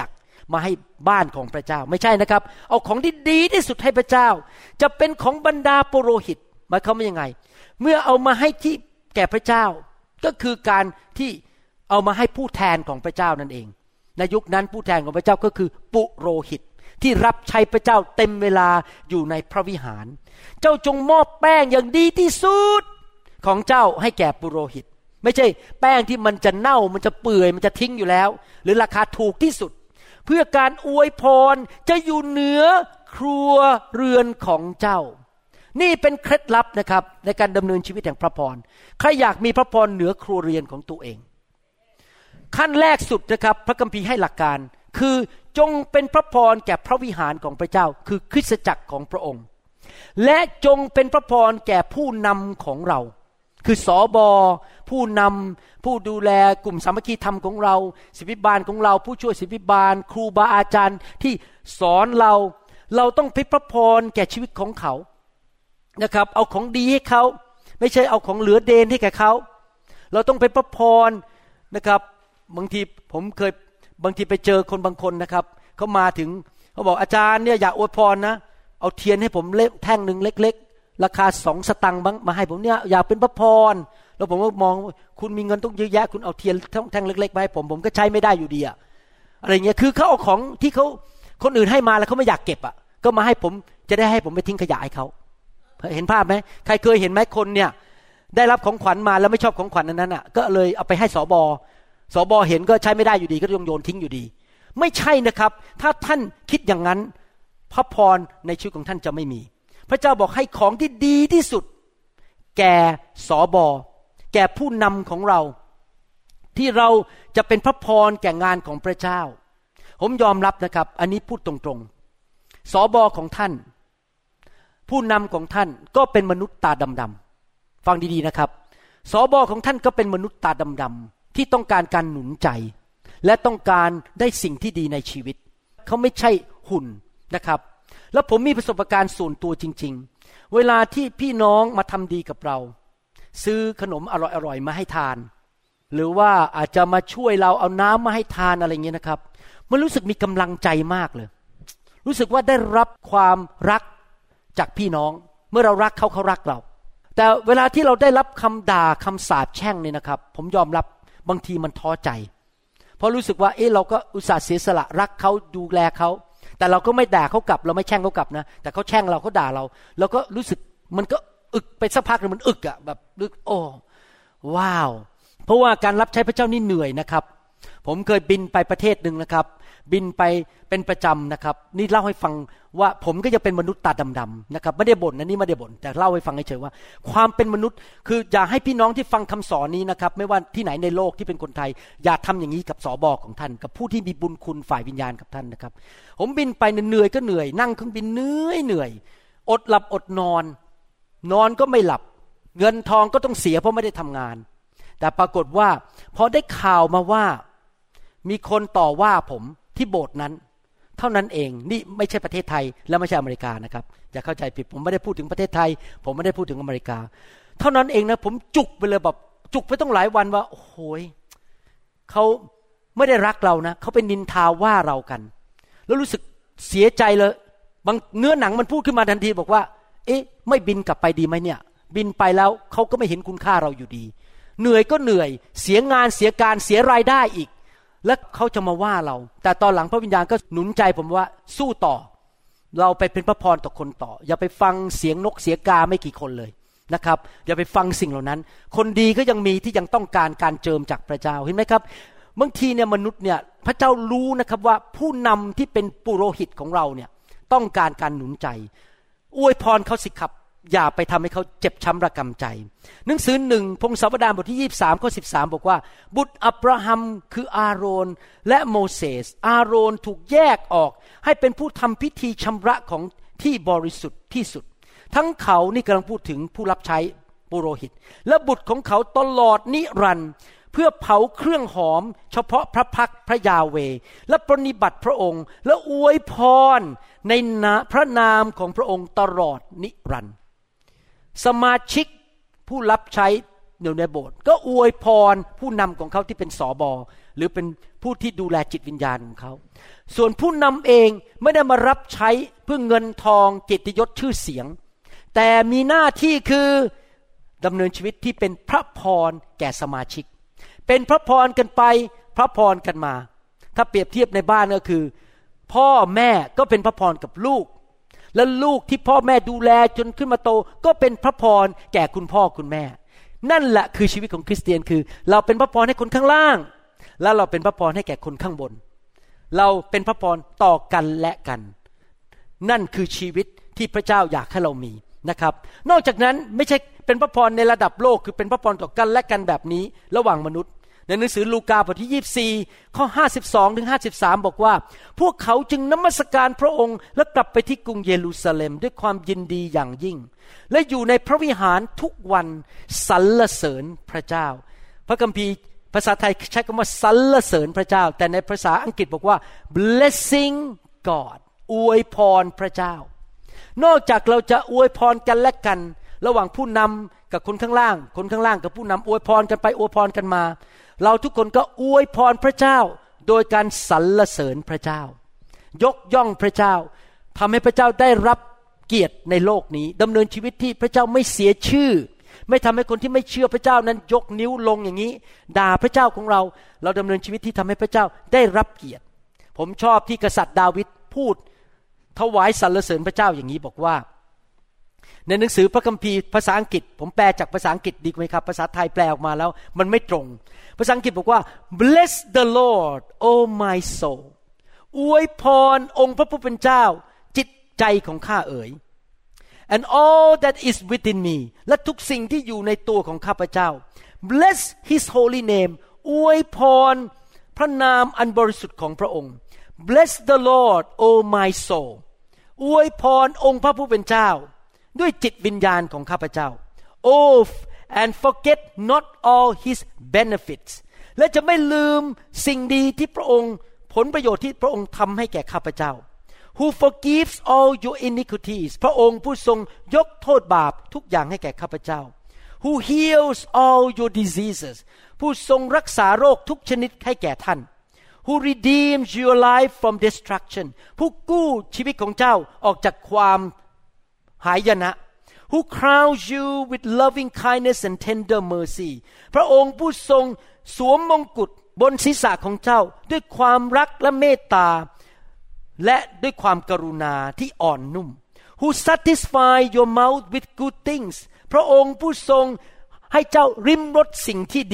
มาให้บ้านของพระเจ้าไม่ใช่นะครับเอาของที่ดีที่สุดให้พระเจ้าจะเป็นของบรรดาปุโรหิตหมายความว่ายังไงเมื่อเอามาให้ที่แก่พระเจ้าก็คือการที่เอามาให้ผู้แทนของพระเจ้านั่นเองในยุคนั้นผู้แทนของพระเจ้าก็คือปุโรหิตที่รับใช้พระเจ้าเต็มเวลาอยู่ในพระวิหารเจ้าจงมอบแป้งอย่างดีที่สุดของเจ้าให้แก่ปุโรหิตไม่ใช่แป้งที่มันจะเน่ามันจะเปื่อยมันจะทิ้งอยู่แล้วหรือราคาถูกที่สุดเพื่อการอวยพรจะอยู่เหนือครัวเรือนของเจ้านี่เป็นเคล็ดลับนะครับในการดำเนินชีวิตแห่งพระพรใครอยากมีพระพรเหนือครัวเรือนของตัวเองขั้นแรกสุดนะครับพระคัมภีร์ให้หลักการคือจงเป็นพระพรแก่พระวิหารของพระเจ้าคือคริสตจักรของพระองค์และจงเป็นพระพรแก่ผู้นำของเราคือสบผู้นำผู้ดูแลกลุ่มสามัคคีธรรมของเราศิบิบาลของเราผู้ช่วยศิบิบาลครูบาอาจารย์ที่สอนเราต้องเป็นพระพรแก่ชีวิตของเขานะครับเอาของดีให้เขาไม่ใช่เอาของเหลือเดนให้แก่เขาเราต้องเป็นพระพรนะครับบางทีไปเจอคนบางคนนะครับเขามาถึงเขาบอกอาจารย์เนี่ยอยากอวยพรนะเอาเทียนให้ผมแท่งนึงเล็กๆราคา2 สตังค์บ้างมาให้ผมเนี่ยอยากเป็นพระพรแล้วผมก็มองคุณมีเงินต้องเยอะแยะคุณเอาเทียนแท่งเล็กๆมาให้ผมก็ใช้ไม่ได้อยู่ดีอะอะไรเงี้ยคือเขาเอาของที่เขาคนอื่นให้มาแล้วเขาไม่อยากเก็บอะก็มาให้ผมจะได้ให้ผมไปทิ้งขยะให้เขาเห็นภาพไหมใครเคยเห็นไหมคนเนี่ยได้รับของขวัญมาแล้วไม่ชอบของขวัญนั้นน่ะก็เลยเอาไปให้สบเห็นก็ใช้ไม่ได้อยู่ดีก็ต้องโยนทิ้งอยู่ดีไม่ใช่นะครับถ้าท่านคิดอย่างนั้นพระพรในชีวิตของท่านจะไม่มีพระเจ้าบอกให้ของที่ดีที่สุดแก่สบแก่ผู้นำของเราที่เราจะเป็นพระพรแก่งานของพระเจ้าผมยอมรับนะครับอันนี้พูดตรงๆสบของท่านผู้นำของท่านก็เป็นมนุษย์ตาดำๆฟังดีๆนะครับสบของท่านก็เป็นมนุษย์ตาดำๆที่ต้องการการหนุนใจและต้องการได้สิ่งที่ดีในชีวิตเขาไม่ใช่หุ่นนะครับแล้วผมมีประสบการณ์ส่วนตัวจริงๆเวลาที่พี่น้องมาทำดีกับเราซื้อขนมอร่อยๆมาให้ทานหรือว่าอาจจะมาช่วยเราเอาน้ำมาให้ทานอะไรเงี้ยนะครับมันรู้สึกมีกำลังใจมากเลยรู้สึกว่าได้รับความรักจากพี่น้องเมื่อเรารักเขารักเราแต่เวลาที่เราได้รับคำด่าคำสาปแช่งเนี่ยนะครับผมยอมรับบางทีมันท้อใจเพราะรู้สึกว่าเราก็อุตส่าห์เสียสละรักเขาดูแลเขาแต่เราก็ไม่ด่าเขากลับเราไม่แช่งเขากลับนะแต่เขาแช่งเราเขาด่าเราแล้วก็รู้สึกมันก็อึกไปสักพักนึงมันอึกอ่ะแบบลึกโอ้ว้าวเพราะว่าการรับใช้พระเจ้านี่เหนื่อยนะครับผมเคยบินไปประเทศนึงนะครับบินไปเป็นประจำนะครับนี่เล่าให้ฟังว่าผมก็จะเป็นมนุษย์ตาดำๆนะครับไม่ได้บ่นนะนี่ไม่ได้บ่นแต่เล่าให้ฟังเฉยๆว่าความเป็นมนุษย์คืออย่าให้พี่น้องที่ฟังคำสอนนี้นะครับไม่ว่าที่ไหนในโลกที่เป็นคนไทยอย่าทำอย่างนี้กับสบของท่านกับผู้ที่มีบุญคุณฝ่ายวิญญาณกับท่านนะครับผมบินไปเหนื่อยก็เหนื่อยนั่งเครื่องบินเหนื่อยอดหลับอดนอนก็ไม่หลับเงินทองก็ต้องเสียเพราะไม่ได้ทำงานแต่ปรากฏว่าพอได้ข่าวมาว่ามีคนต่อว่าผมที่โบสถ์นั้นเท่านั้นเองนี่ไม่ใช่ประเทศไทยและไม่ใช่อเมริกานะครับอย่าเข้าใจผิดผมไม่ได้พูดถึงประเทศไทยผมไม่ได้พูดถึงอเมริกาเท่านั้นเองนะผมจุกไปเลยแบบจุกไปต้องหลายวันว่าโอ้โหเขาไม่ได้รักเรานะเขาเป็นนินทาว่าเรากันแล้วรู้สึกเสียใจเลยบางเนื้อหนังมันพูดขึ้นมาทันทีบอกว่าไม่บินกลับไปดีไหมเนี่ยบินไปแล้วเขาก็ไม่เห็นคุณค่าเราอยู่ดีเหนื่อยก็เหนื่อยเสียงานเสียการเสียรายได้อีกแล้วเขาจะมาว่าเราแต่ตอนหลังพระวิญญาณก็หนุนใจผมว่าสู้ต่อเราไปเป็นพระพรต่อคนต่ออย่าไปฟังเสียงนกเสียกาไม่กี่คนเลยนะครับอย่าไปฟังสิ่งเหล่านั้นคนดีก็ยังมีที่ยังต้องการการเจิมจากพระเจ้าเห็นไหมครับบางทีเนี่ยมนุษย์เนี่ยพระเจ้ารู้นะครับว่าผู้นำที่เป็นปุโรหิตของเราเนี่ยต้องการการหนุนใจอวยพรเขาสิครับอย่าไปทำให้เขาเจ็บช้ำระกำใจหนังสือ1พงศาวดารบทที่23ข้อ13บอกว่าบุตรอับราฮัมคืออาโรนและโมเสสอาโรนถูกแยกออกให้เป็นผู้ทำพิธีชำระของที่บริสุทธิ์ที่สุดทั้งเขานี่กำลังพูดถึงผู้รับใช้ปุโรหิตและบุตรของเขาตลอดนิรันดร์เพื่อเผาเครื่องหอมเฉพาะพระพักพระยาเวและปรนนิบัติพระองค์และอวยพรในพระนามของพระองค์ตลอดนิรันดร์สมาชิกผู้รับใช้อยู่ในโบสถ์ก็อวยพรผู้นำของเขาที่เป็นสบหรือเป็นผู้ที่ดูแลจิตวิญญาณของเขาส่วนผู้นำเองไม่ได้มารับใช้เพื่อเงินทองเกียรติยศชื่อเสียงแต่มีหน้าที่คือดำเนินชีวิตที่เป็นพระพรแก่สมาชิกเป็นพระพรกันไปพระพรกันมาถ้าเปรียบเทียบในบ้านก็คือพ่อแม่ก็เป็นพระพรกับลูกและลูกที่พ่อแม่ดูแลจนขึ้นมาโตก็เป็นพระพรแก่คุณพ่อคุณแม่นั่นแหละคือชีวิตของคริสเตียนคือเราเป็นพระพรให้คนข้างล่างและเราเป็นพระพรให้แก่คนข้างบนเราเป็นพระพรต่อกันและกันนั่นคือชีวิตที่พระเจ้าอยากให้เรามีนะครับนอกจากนั้นไม่ใช่เป็นพระพรในระดับโลกคือเป็นพระพรต่อกันและกันแบบนี้ระหว่างมนุษย์ในหนังสือลูกาบทที่24ข้อ52ถึง53บอกว่าพวกเขาจึงนมัสการพระองค์และกลับไปที่กรุงเยรูซาเล็มด้วยความยินดีอย่างยิ่งและอยู่ในพระวิหารทุกวันสรรเสริญพระเจ้าพระคัมภีร์ภาษาไทยใช้คำว่าสรรเสริญพระเจ้าแต่ในภาษาอังกฤษบอกว่า blessing God อวยพรพระเจ้านอกจากเราจะอวยพรกันและกันระหว่างผู้นำกับคนข้างล่างคนข้างล่างกับผู้นำอวยพรกันไปอวยพรกันมาเราทุกคนก็อวยพรพระเจ้าโดยการสรรเสริญพระเจ้ายกย่องพระเจ้าทำให้พระเจ้าได้รับเกียรติในโลกนี้ดำเนินชีวิตที่พระเจ้าไม่เสียชื่อไม่ทำให้คนที่ไม่เชื่อพระเจ้านั้นยกนิ้วลงอย่างนี้ด่าพระเจ้าของเราเราดำเนินชีวิตที่ทำให้พระเจ้าได้รับเกียรติผมชอบที่กษัตริย์ดาวิดพูดถวายสรรเสริญพระเจ้าอย่างนี้บอกว่าในหนังสือพระคัมภีร์ภาษาอังกฤษผมแปลจากภาษาอังกฤษดีไหมครับภาษาไทยแปลออกมาแล้วมันไม่ตรงภาษาอังกฤษบอกว่า Bless the Lord O my soul อวยพรองค์พระผู้เป็นเจ้าจิตใจของข้าเอ๋ย and all that is within me และทุกสิ่งที่อยู่ในตัวของข้าพเจ้า Bless His holy name อวยพรพระนามอันบริสุทธิ์ของพระองค์ Bless the Lord O my soul อวยพรองค์พระผู้เป็นเจ้าด้วยจิตวิญญาณของข้าพเจ้า Oh and forget not all his benefits และจะไม่ลืมสิ่งดีที่พระองค์ผลประโยชน์ที่พระองค์ทำให้แก่ข้าพเจ้า Who forgives all your iniquities พระองค์ผู้ทรงยกโทษบาปทุกอย่างให้แก่ข้าพเจ้า Who heals all your diseases ผู้ทรงรักษาโรคทุกชนิดให้แก่ท่าน Who redeems your life from destruction ผู้กู้ชีวิตของเจ้าออกจากความหายนะ Who crowns you with loving kindness and tender mercy พระองค์ผู้ทรงสวมมงกุฎบนศีรษะของเจ้าด้วยความรักและเมตตาและด้วยความกรุณาที่อ่อนนุ่ม Who satisfy your mouth with good things พระองค์ผู้ทรงให้เจ้าริมรสสิ่งที่ดี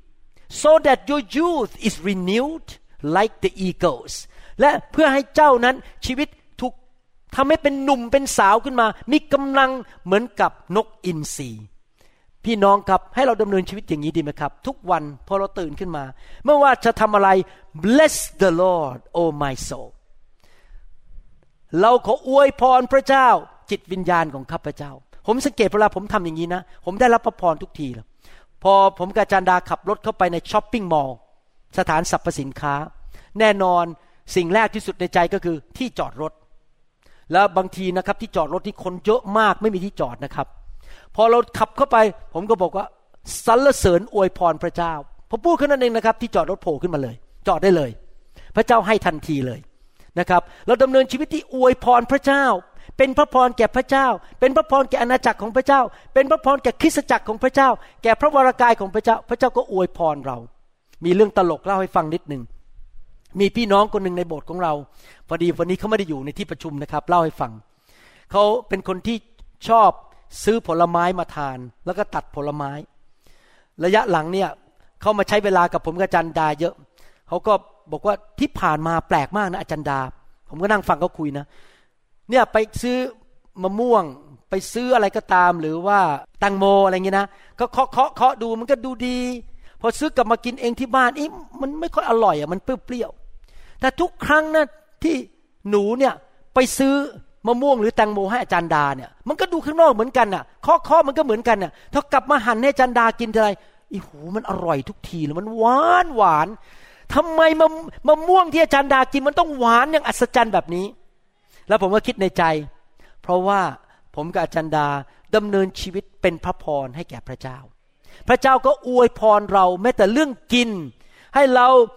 so that your youth is renewed like the eagles และเพื่อให้เจ้านั้นชีวิตทำให้เป็นหนุ่มเป็นสาวขึ้นมามีกำลังเหมือนกับนกอินทรีพี่น้องครับให้เราดำเนินชีวิตอย่างนี้ดีไหมครับทุกวันพอเราตื่นขึ้นมาไม่ว่าจะทำอะไร Bless the Lord O my soul เราขออวยพรพระเจ้าจิตวิญญาณของข้าพเจ้าผมสังเกตเวลาผมทำอย่างนี้นะผมได้รับพระพรทุกทีเลยพอผมกับอาจารย์ดาขับรถเข้าไปในช้อปปิ้งมอลล์สถานสรรพสินค้าแน่นอนสิ่งแรกที่สุดในใจก็คือที่จอดรถแล้วบางทีนะครับที่จอดรถที่คนเยอะมากไม่มีที่จอดนะครับพอเราขับเข้าไปผมก็บอกว่าสรรเสริญอวยพรพระเจ้าพอพูดแค่นั้นเองนะครับที่จอดรถโผล่ขึ้นมาเลยจอดได้เลยพระเจ้าให้ทันทีเลยนะครับเราดำเนินชีวิตที่อวยพรพระเจ้าเป็นพระพรแก่พระเจ้าเป็นพระพรแก่อาณาจักรของพระเจ้าเป็นพระพรแก่คริสตจักรของพระเจ้าแก่พระวรากายของพระเจ้าพระเจ้าก็อวยพรเรามีเรื่องตลกเล่าให้ฟังนิดนึงมีพี่น้องคนหนึ่งในโบสถ์ของเราพอดีวันนี้เขาไม่ได้อยู่ในที่ประชุมนะครับเล่าให้ฟังเขาเป็นคนที่ชอบซื้อผลไม้มาทานแล้วก็ตัดผลไม้ระยะหลังเนี่ยเขามาใช้เวลากับผมกับอาจารย์ดาเยอะเขาก็บอกว่าที่ผ่านมาแปลกมากนะอาจารย์ดาผมก็นั่งฟังเขาคุยนะเนี่ยไปซื้อมะม่วงไปซื้ออะไรก็ตามหรือว่าแตงโมอะไรเงี้ยนะก็เคาะดูมันก็ดูดีพอซื้อกลับมากินเองที่บ้านมันไม่ค่อยอร่อยมันเปรี้ยวๆแต่ทุกครั้งนะที่หนูเนี่ยไปซื้อมะม่วงหรือแตงโมให้อาจารย์ดาเนี่ยมันก็ดูข้างนอกเหมือนกันน่ะเคาะมันก็เหมือนกันน่ะถ้ากลับมาหั่นให้อาจารย์ดากินทีไรอีโหมันอร่อยทุกทีเลยมันหวานทำไมมะม่วงที่อาจารย์ดากินมันต้องหวานอย่างอัศจรรย์แบบนี้แล้วผมก็คิดในใจเพราะว่าผมกับอาจารย์ดาดำเนินชีวิตเป็นพระพรให้แก่พระเจ้าพระเจ้าก็อวยพรเราแม้แต่เรื่องกินให้เรา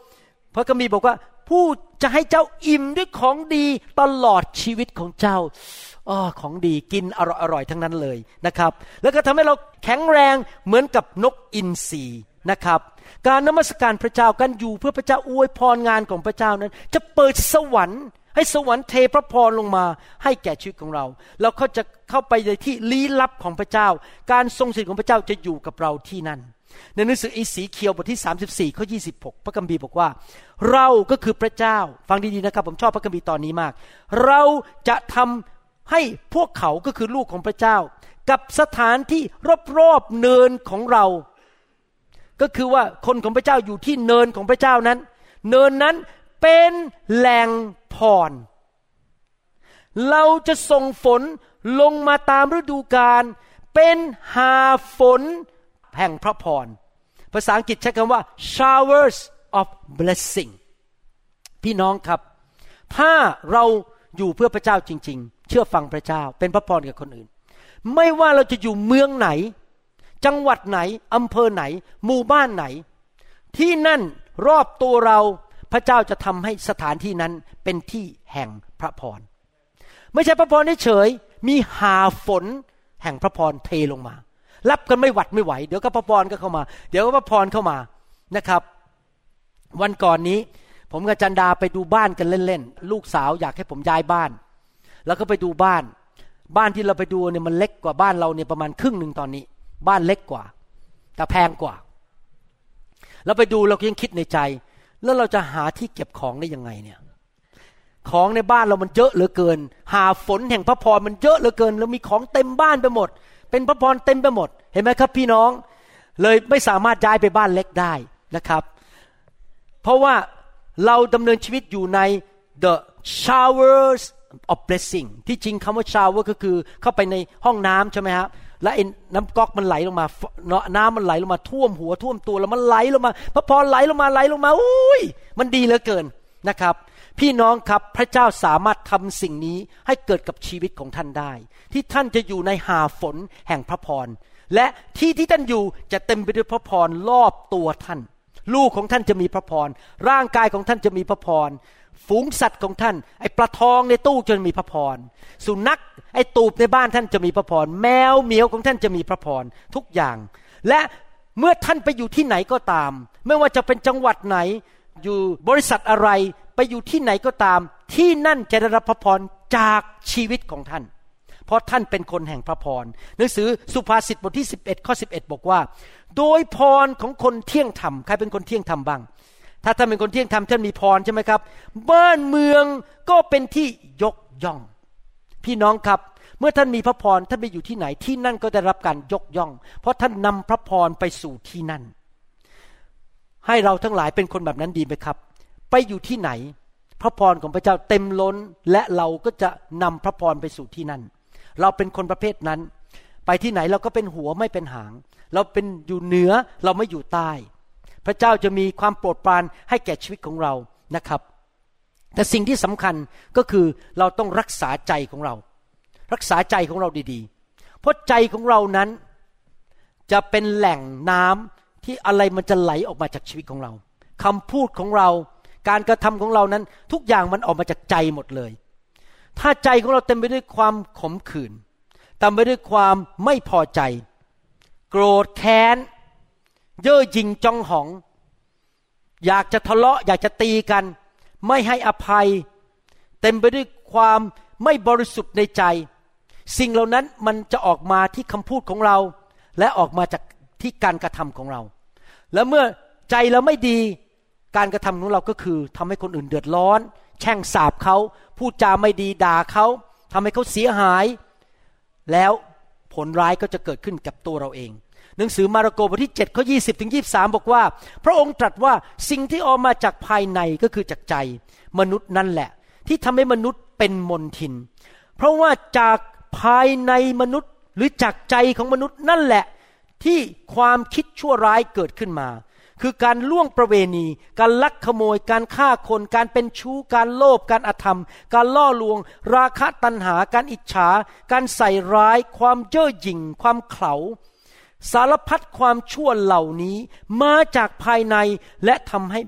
พระคัมภีร์บอกว่าผู้จะให้เจ้าอิ่มด้วยของดีตลอดชีวิตของเจ้าของดีกินอร่อยทั้งนั้นเลยนะครับแล้วก็ทำให้เราแข็งแรงเหมือนกับนกอินทรีนะครับการนมัสการพระเจ้าการอยู่เพื่อพระเจ้าอวยพรงานของพระเจ้านั้นจะเปิดสวรรค์ให้สวรรค์เทพระพรลงมาให้แก่ชีวิตของเราเราก็จะเข้าไปในที่ลี้ลับของพระเจ้าการทรงสถิตของพระเจ้าจะอยู่กับเราที่นั่นในหนังสืออีสีเคียวบทที่34ข้อ26พระคัมภีร์บอกว่าเราก็คือพระเจ้าฟังดีๆนะครับผมชอบพระคัมภีร์ตอนนี้มากเราจะทำให้พวกเขาก็คือลูกของพระเจ้ากับสถานที่รอบๆเนินของเราก็คือว่าคนของพระเจ้าอยู่ที่เนินของพระเจ้านั้นเนินนั้นเป็นแหล่งพรเราจะส่งฝนลงมาตามฤดูกาลเป็นหาฝนแห่งพระพรภาษาอังกฤษใช้คำว่า showers of blessing พี่น้องครับถ้าเราอยู่เพื่อพระเจ้าจริงๆเชื่อฟังพระเจ้าเป็นพระพรกับคนอื่นไม่ว่าเราจะอยู่เมืองไหนจังหวัดไหนอำเภอไหนหมู่บ้านไหนที่นั่นรอบตัวเราพระเจ้าจะทำให้สถานที่นั้นเป็นที่แห่งพระพรไม่ใช่พระพรเฉยๆมีหาฝนแห่งพระพรเทลงมารับกันไม่หวัดไม่ไหวเดี๋ยวก็พระพรก็เข้ามาเดี๋ยวก็พระพรเข้ามานะครับวันก่อนนี้ผมกับจันดาไปดูบ้านกันเล่นๆลูกสาวอยากให้ผมย้ายบ้านแล้วก็ไปดูบ้านที่เราไปดูเนี่ยมันเล็กกว่าบ้านเราเนี่ยประมาณครึ่งนึงตอนนี้บ้านเล็กกว่าแต่แพงกว่าแล้วไปดูเราก็ยังคิดในใจแล้วเราจะหาที่เก็บของได้ยังไงเนี่ยของในบ้านเรามันเยอะเหลือเกินหาฝนแห่งพระพรมันเยอะเหลือเกินแล้วมีของเต็มบ้านไปหมดเป็นพระพรเต็มไปหมดเห็นไหมครับพี่น้องเลยไม่สามารถย้ายไปบ้านเล็กได้นะครับเพราะว่าเราดำเนินชีวิตอยู่ใน the showers of blessing ที่จริงคำว่า shower ก็คือเข้าไปในห้องน้ำใช่ไหมครับและน้ำก๊อกมันไหลลงมาน้ำมันไหลลงมาท่วมหัวท่วมตัวแล้วมันไหลลงมาพระพรไหลลงมาอุ้ยมันดีเหลือเกินนะครับพี่น้องครับพระเจ้าสามารถทำสิ่งนี้ให้เกิดกับชีวิตของท่านได้ที่ท่านจะอยู่ในหาฝนแห่งพระพรและที่ท่านอยู่จะเต็มไปด้วยพระพรรอบตัวท่านลูกของท่านจะมีพระพรร่างกายของท่านจะมีพระพรฝูงสัตว์ของท่านไอ้ปลาทองในตู้จะมีพระพรสุนัขไอ้ตูบในบ้านท่านจะมีพระพรแมวเหมียวของท่านจะมีพระพรทุกอย่างและเมื่อท่านไปอยู่ที่ไหนก็ตามไม่ว่าจะเป็นจังหวัดไหนอยู่บริษัทอะไรไปอยู่ที่ไหนก็ตามที่นั่นจะได้รับพระพรจากชีวิตของท่านเพราะท่านเป็นคนแห่งพระพรหนังสือสุภาษิตบทที่11ข้อ11บอกว่าโดยพรของคนเที่ยงธรรมใครเป็นคนเที่ยงธรรมบ้างถ้าท่านเป็นคนเที่ยงธรรมท่านมีพรใช่ไหมครับบ้านเมืองก็เป็นที่ยกย่องพี่น้องครับเมื่อท่านมีพระพรท่านไปอยู่ที่ไหนที่นั่นก็ได้รับการยกย่องเพราะท่านนำพระพรไปสู่ที่นั่นให้เราทั้งหลายเป็นคนแบบนั้นดีไหมครับไปอยู่ที่ไหนพระพรของพระเจ้าเต็มล้นและเราก็จะนำพระพรไปสู่ที่นั่นเราเป็นคนประเภทนั้นไปที่ไหนเราก็เป็นหัวไม่เป็นหางเราเป็นอยู่เหนือเราไม่อยู่ใต้พระเจ้าจะมีความโปรดปรานให้แก่ชีวิตของเรานะครับแต่สิ่งที่สำคัญก็คือเราต้องรักษาใจของเรารักษาใจของเราดีๆเพราะใจของเรานั้นจะเป็นแหล่งน้ำที่อะไรมันจะไหลออกมาจากชีวิตของเราคำพูดของเราการกระทำของเรานั้นทุกอย่างมันออกมาจากใจหมดเลยถ้าใจของเราเต็มไปด้วยความขมขื่นเต็มไปด้วยความไม่พอใจโกรธแค้นเย่อหยิ่งจองหองอยากจะทะเลาะอยากจะตีกันไม่ให้อภัยเต็มไปด้วยความไม่บริสุทธิ์ในใจสิ่งเหล่านั้นมันจะออกมาที่คำพูดของเราและออกมาจากที่การกระทำของเราแล้วเมื่อใจเราไม่ดีการกระทำของเราก็คือทำให้คนอื่นเดือดร้อนแช่งสาปเขาพูดจาไม่ดีด่าเขาทำให้เขาเสียหายแล้วผลร้ายก็จะเกิดขึ้นกับตัวเราเองหนังสือมาระโกบทที่7ข้อ20ถึง23บอกว่าพระองค์ตรัสว่าสิ่งที่ออกมาจากภายในก็คือจากใจมนุษย์นั่นแหละที่ทำให้มนุษย์เป็นมลทินเพราะว่าจากภายในมนุษย์หรือจากใจของมนุษย์นั่นแหละที่ความคิดชั่วร้ายเกิดขึ้นมาคือการล่วงประเวณีการลักขโมยการฆ่าคนการเป็นชู้การโลภการอธรรมการล่อลวงราคะตัณหาการอิจฉาการใส่ร้ายความเย่อหยิ่งความเขลาสารพัดความชั่วเหล่านี้มาจากภายในและทำให้มนุษย์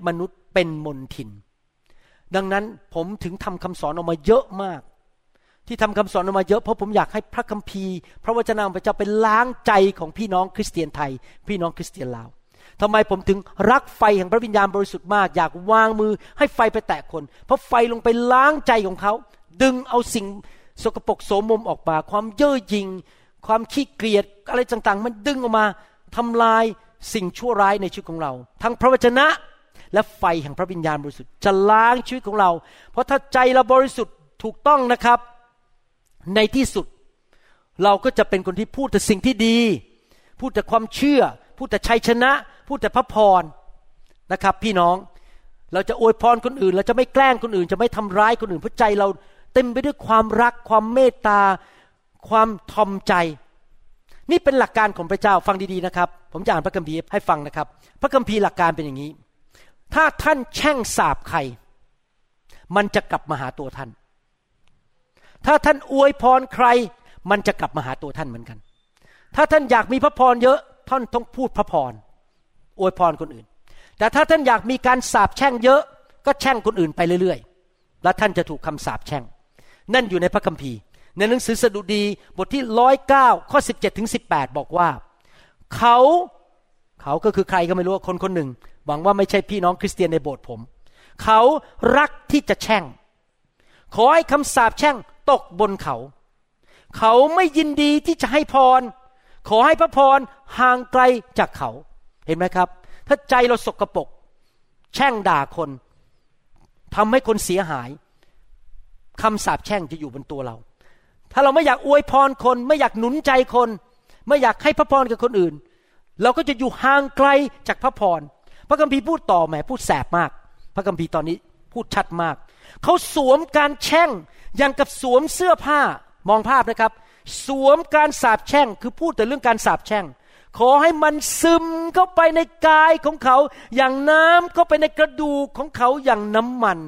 เป็นมลทินดังนั้นผมถึงทำคำสอนออกมาเยอะมากที่ทำคำสอนออกมาเยอะเพราะผมอยากให้พระคัมภีร์พระวจนะของพระเจ้าเป็นล้างใจของพี่น้องคริสเตียนไทยพี่น้องคริสเตียนลาวทำไมผมถึงรักไฟแห่งพระวิญญาณบริสุทธิ์มากอยากวางมือให้ไฟไปแตะคนเพราะไฟลงไปล้างใจของเขาดึงเอาสิ่งสกปรกโสมมออกมาความเย่อหยิ่งความขี้เกียจอะไรต่างๆมันดึงออกมาทำลายสิ่งชั่วร้ายในชีวิตของเราทั้งพระวจนะและไฟแห่งพระวิญญาณบริสุทธิ์จะล้างชีวิตของเราเพราะถ้าใจเราบริสุทธิ์ถูกต้องนะครับในที่สุดเราก็จะเป็นคนที่พูดแต่สิ่งที่ดีพูดแต่ความเชื่อพูดแต่ชัยชนะพูดแต่พระพรนะครับพี่น้องเราจะอวยพรคนอื่นเราจะไม่แกล้งคนอื่นจะไม่ทำร้ายคนอื่นเพราะใจเราเต็มไปด้วยความรักความเมตตาความทอมใจนี่เป็นหลักการของพระเจ้าฟังดีๆนะครับผมจะอ่านพระคัมภีร์ให้ฟังนะครับพระคัมภีร์หลักการเป็นอย่างนี้ถ้าท่านแช่งสาปใครมันจะกลับมาหาตัวท่านถ้าท่านอวยพรใครมันจะกลับมาหาตัวท่านเหมือนกันถ้าท่านอยากมีพระพรเยอะท่านต้องพูดพระพรอวยพรคนอื่นแต่ถ้าท่านอยากมีการสาปแช่งเยอะก็แช่งคนอื่นไปเรื่อยๆแล้วท่านจะถูกคำสาปแช่งนั่นอยู่ในพระคัมภีร์ในหนังสือสดุดีบทที่109ข้อ17ถึง18บอกว่าเขาก็คือใครก็ไม่รู้คนคนหนึ่งหวังว่าไม่ใช่พี่น้องคริสเตียนในโบสถ์ผมเขารักที่จะแช่งขอให้คำสาปแช่งตกบนเขาเขาไม่ยินดีที่จะให้พรขอให้พระพรห่างไกลจากเขาเห็นไหมครับถ้าใจเราสกปรกแช่งด่าคนทำให้คนเสียหายคำสาปแช่งจะอยู่บนตัวเราถ้าเราไม่อยากอวยพรคนไม่อยากหนุนใจคนไม่อยากให้พระพรกับคนอื่นเราก็จะอยู่ห่างไกลจากพระพรพระคัมภีร์พูดต่อแหมพูดแสบมากพระคัมภีร์ตอนนี้พูดชัดมากเขาสวมการแช่งอย่างกับสวมเสื้อผ้ามองภาพนะครับสวมการสาปแช่งคือพูดแต่เรื่องการสาปแช่งขอให้มันซึมเข้าไปในกายของเขาอย่างน้ำเข้าไปในกระดูกของเขาอย่างน้ำมัน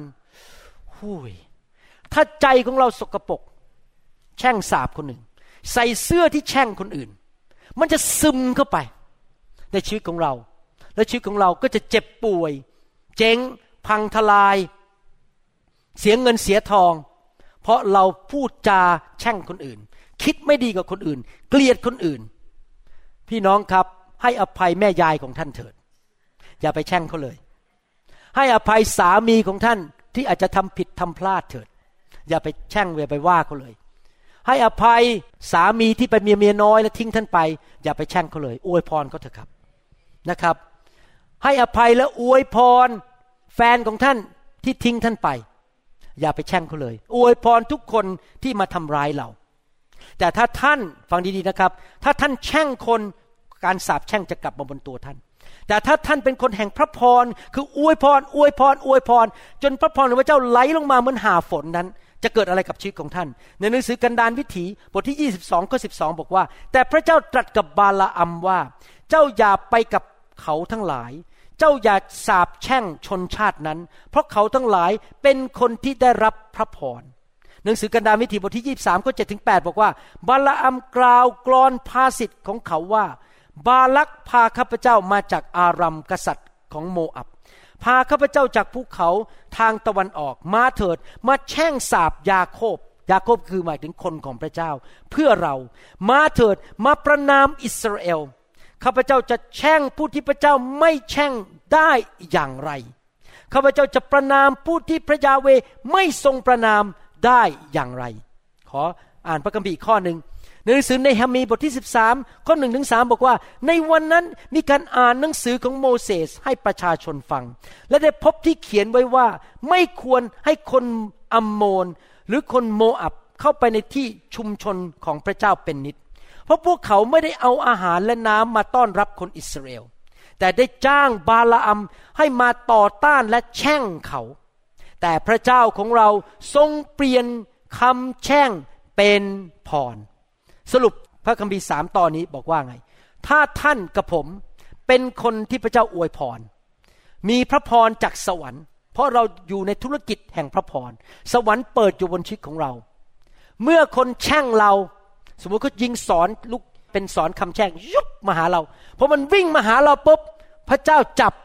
ถ้าใจของเราสกปรกแช่งสาปคนอื่นใส่เสื้อที่แช่งคนอื่นมันจะซึมเข้าไปในชีวิตของเราและชีวิตของเราก็จะเจ็บป่วยเจ๊งพังทลายเสียเงินเสียทองเพราะเราพูดจาแช่งคนอื่นคิดไม่ดีกับคนอื่นเกลียดคนอื่นพี่น้องครับให้อภัยแม่ยายของท่านเถิดอย่าไปแช่งเขาเลยให้อภัยสามีของท่านที่อาจจะทำผิดทำพลาดเถิดอย่าไปแช่งอย่าไปว่าเขาเลยให้อภัยสามีที่ไปเมียน้อยแล้วทิ้งท่านไปอย่าไปแช่งเขาเลยอวยพรเขาเถอะครับนะครับให้อภัยและอวยพรแฟนของท่านที่ทิ้งท่านไปอย่าไปแช่งเขาเลยอวยพรทุกคนที่มาทำร้ายเราแต่ถ้าท่านฟังดีๆนะครับถ้าท่านแช่งคนการสาปแช่งจะกลับมาบนตัวท่านแต่ถ้าท่านเป็นคนแห่งพระพรคืออวยพรอวยพรอวยพรจนพระพรของพระเจ้าไหลลงมาเหมือนหาฝนนั้นจะเกิดอะไรกับชีวิตของท่านในหนังสือกันดารวิถีบทที่22ข้อ12บอกว่าแต่พระเจ้าตรัสกับบาลาอัมว่าเจ้าอย่าไปกับเขาทั้งหลายเจ้าอย่าสาปแช่งชนชาตินั้นเพราะเขาทั้งหลายเป็นคนที่ได้รับพระพรหนังสือกันดารวิถีบทที่23ข้อ7ถึง8บอกว่าบาลาอัมกล่าวกลอนภาษิตของเขาว่าบาลักพาข้าพเจ้ามาจากอารัมกษัตริย์ของโมอับพาข้าพเจ้าจากภูเขาทางตะวันออกมาเถิดมาแช่งสาปยาโคบคือหมายถึงคนของพระเจ้าเพื่อเรามาเถิดมาประนามอิสราเอลข้าพเจ้าจะแช่งผู้ที่พระเจ้าไม่แช่งได้อย่างไรข้าพเจ้าจะประนามผู้ที่พระยาเวห์ไม่ทรงประนามได้อย่างไรขออ่านพระคัมภีร์ข้อหนึ่งในหนังสือเนหะมีบทที่13ข้อ1ถึง3บอกว่าในวันนั้นมีการอ่านหนังสือของโมเสสให้ประชาชนฟังและได้พบที่เขียนไว้ว่าไม่ควรให้คนอัมโมนหรือคนโมอับเข้าไปในที่ชุมชนของพระเจ้าเป็นนิดเพราะพวกเขาไม่ได้เอาอาหารและน้ำมาต้อนรับคนอิสราเอลแต่ได้จ้างบาลาอัมให้มาต่อต้านและแช่งเขาแต่พระเจ้าของเราทรงเปลี่ยนคำแช่งเป็นพรสรุปพระคัมภีร์3ตอนนี้บอกว่าไงถ้าท่านกับผมเป็นคนที่พระเจ้าอวยพรมีพระพรจากสวรรค์เพราะเราอยู่ในธุรกิจแห่งพระพรสวรรค์เปิดอยู่บนชีวิตของเราเมื่อคนแช่งเราสมมุติเขายิงสอนลูกเป็นสอนคำแช่งยุบมาหาเราพอมันวิ่งมาหาเราปุ๊บพระเจ้าจับ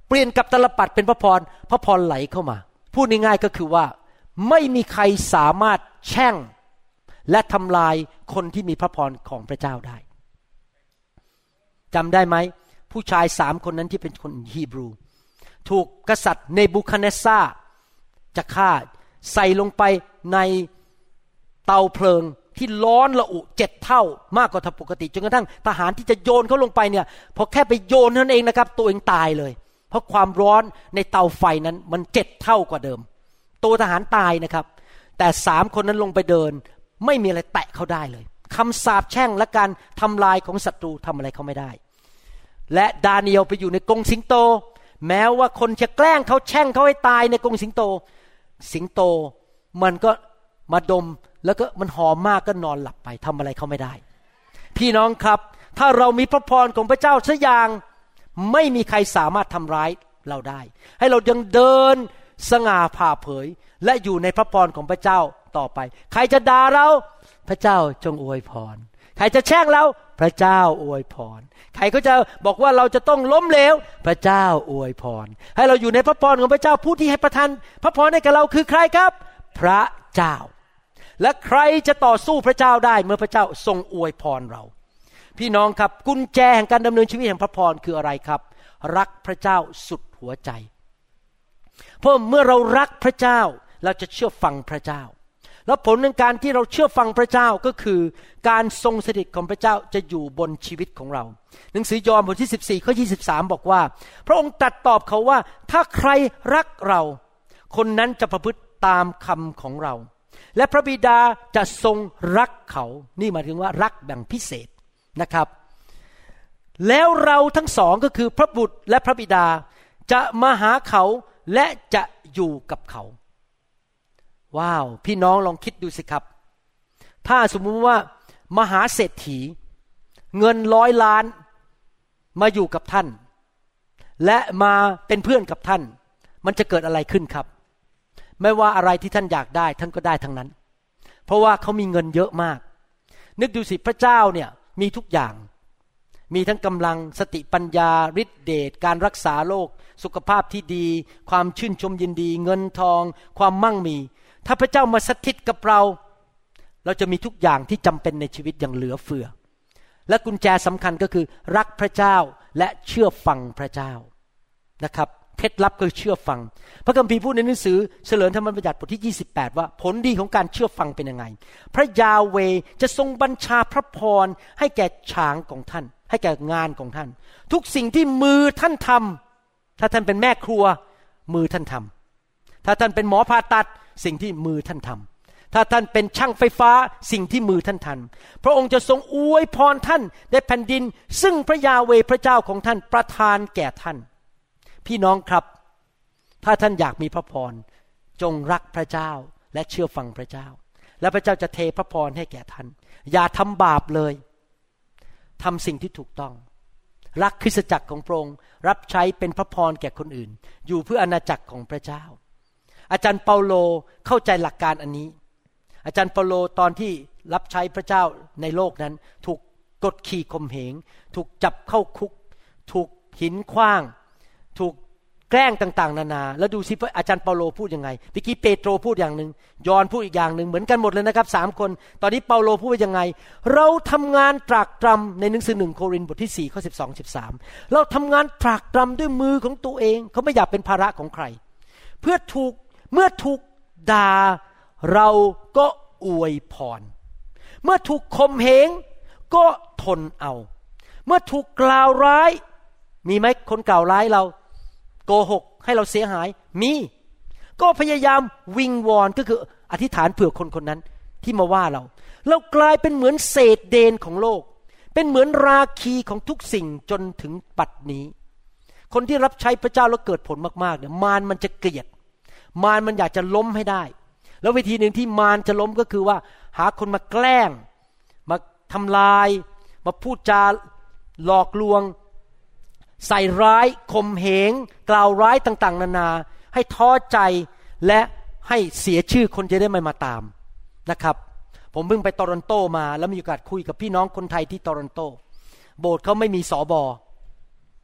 เปลี่ยนกับตลปัดเป็นพระพรไหลเข้ามาพูดง่ายๆก็คือว่าไม่มีใครสามารถแช่งและทำลายคนที่มีพระพรของพระเจ้าได้จำได้ไหมผู้ชาย3คนนั้นที่เป็นคนฮีบรูถูกกษัตริย์เนบูคัดเนสซาร์จะฆ่าใส่ลงไปในเตาเพลิงที่ร้อนระอุ7เท่ามากกว่าปกติจนกระทั่งทหารที่จะโยนเขาลงไปเนี่ยพอแค่ไปโยนนั่นเองนะครับตัวเองตายเลยเพราะความร้อนในเตาไฟนั้นมัน7เท่ากว่าเดิมตัวทหารตายนะครับแต่3คนนั้นลงไปเดินไม่มีอะไรแตะเขาได้เลยคำสาปแช่งและการทำลายของศัตรูทำอะไรเขาไม่ได้และดาเนียลไปอยู่ในกรงสิงโตแม้ว่าคนจะแกล้งเขาแช่งเขาให้ตายในกรงสิงโตมันก็มาดมแล้วก็มันหอมมากก็นอนหลับไปทำอะไรเขาไม่ได้พี่น้องครับถ้าเรามีพระพรของพระเจ้าสักอย่างไม่มีใครสามารถทำร้ายเราได้ให้เรายังเดินสง่าผ่าเผยและอยู่ในพระพรของพระเจ้าต่อไปใครจะด่าเราพระเจ้าจงอวยพรใครจะแช่งเราพระเจ้าอวยพรใครก็จะบอกว่าเราจะต้องล้มเหลวพระเจ้าอวยพรให้เราอยู่ในพระพรของพระเจ้าผู้ที่ให้ประทานพระพรให้กับเราคือใครครับพระเจ้าและใครจะต่อสู้พระเจ้าได้เมื่อพระเจ้าทรงอวยพรเราพี่น้องครับกุญแจแห่งการดำเนินชีวิตแห่งพระพรคืออะไรครับรักพระเจ้าสุดหัวใจเพราะเมื่อเรารักพระเจ้าเราจะเชื่อฟังพระเจ้าแล้วผลของการที่เราเชื่อฟังพระเจ้าก็คือการทรงสถิตของพระเจ้าจะอยู่บนชีวิตของเราหนังสือยอห์นบทที่14ข้อ23บอกว่าพระองค์ตรัสตอบเขาว่าถ้าใครรักเราคนนั้นจะประพฤติตามคำของเราและพระบิดาจะทรงรักเขานี่หมายถึงว่ารักแบบพิเศษนะครับแล้วเราทั้งสองก็คือพระบุตรและพระบิดาจะมาหาเขาและจะอยู่กับเขาว้าวพี่น้องลองคิดดูสิครับถ้าสมมุติว่ามหาเศรษฐีเงิน100 ล้านมาอยู่กับท่านและมาเป็นเพื่อนกับท่านมันจะเกิดอะไรขึ้นครับไม่ว่าอะไรที่ท่านอยากได้ท่านก็ได้ทั้งนั้นเพราะว่าเขามีเงินเยอะมากนึกดูสิพระเจ้าเนี่ยมีทุกอย่างมีทั้งกำลังสติปัญญาฤทธิเดชการรักษาโรคสุขภาพที่ดีความชื่นชมยินดีเงินทองความมั่งมีถ้าพระเจ้ามาสถิตกับเราจะมีทุกอย่างที่จำเป็นในชีวิตอย่างเหลือเฟือและกุญแจสำคัญก็คือรักพระเจ้าและเชื่อฟังพระเจ้านะครับเคล็ดลับคือเชื่อฟังพระคัมภีร์พูดในหนังสือเฉลิมธรรมบัญญัติบทที่28ว่าผลดีของการเชื่อฟังเป็นยังไงพระยาเวห์จะทรงบัญชาพระพรให้แก่ช้างของท่านให้แก่งานของท่านทุกสิ่งที่มือท่านทำถ้าท่านเป็นแม่ครัวมือท่านทำถ้าท่านเป็นหมอผ่าตัดสิ่งที่มือท่านทำถ้าท่านเป็นช่างไฟฟ้าสิ่งที่มือท่านทำพระองค์จะทรงอวยพรท่านในแผ่นดินซึ่งพระยาเวห์พระเจ้าของท่านประทานแก่ท่านพี่น้องครับถ้าท่านอยากมีพระพรจงรักพระเจ้าและเชื่อฟังพระเจ้าและพระเจ้าจะเทพระพรให้แก่ท่านอย่าทำบาปเลยทำสิ่งที่ถูกต้องรักคริสตจักรของพระองค์รับใช้เป็นพระพรแก่คนอื่นอยู่เพื่ออาณาจักรของพระเจ้าอาจารย์เปาโลเข้าใจหลักการอันนี้อาจารย์เปาโลตอนที่รับใช้พระเจ้าในโลกนั้นถูกกดขี่ข่มเหงถูกจับเข้าคุกถูกหินขว้างถูกแกล้งต่างๆนานาแล้วดูสิอาจารย์เปาโลพูดยังไงเมื่อกี้เปโตรพูดอย่างนึงยอห์นพูดอีกอย่างนึงเหมือนกันหมดเลยนะครับ3คนตอนนี้เปาโลพูดว่ายังไงเราทำงานตรากตรำในหนังสือ1โครินธ์บทที่4ข้อ12-13เราทำงานตรากตรำด้วยมือของตัวเองเขาไม่อยากเป็นภาระของใครเมื่อถูกด่าเราก็อวยพรเมื่อถูกข่มเหงก็ทนเอาเมื่อถูกกล่าวร้ายมีไหมคนกล่าวร้ายเราโกหกให้เราเสียหายมีก็พยายามวิงวอนก็คืออธิษฐานเผื่อคนคนนั้นที่มาว่าเรากลายเป็นเหมือนเศษเดนของโลกเป็นเหมือนราคีของทุกสิ่งจนถึงปัจจุบันนี้คนที่รับใช้พระเจ้าแล้วเกิดผลมากๆเนี่ยมารมันจะเกลียดมารมันอยากจะล้มให้ได้แล้ววิธีหนึ่งที่มารจะล้มก็คือว่าหาคนมาแกล้งมาทำลายมาพูดจาหลอกลวงใส่ร้ายข่มเหงกล่าวร้ายต่างๆนานาให้ท้อใจและให้เสียชื่อคนจะได้ไม่มาตามนะครับผมเพิ่งไปโตรอนโตมาแล้วมีโอกาสคุยกับพี่น้องคนไทยที่โตรอนโตโบสถ์เขาไม่มีสบ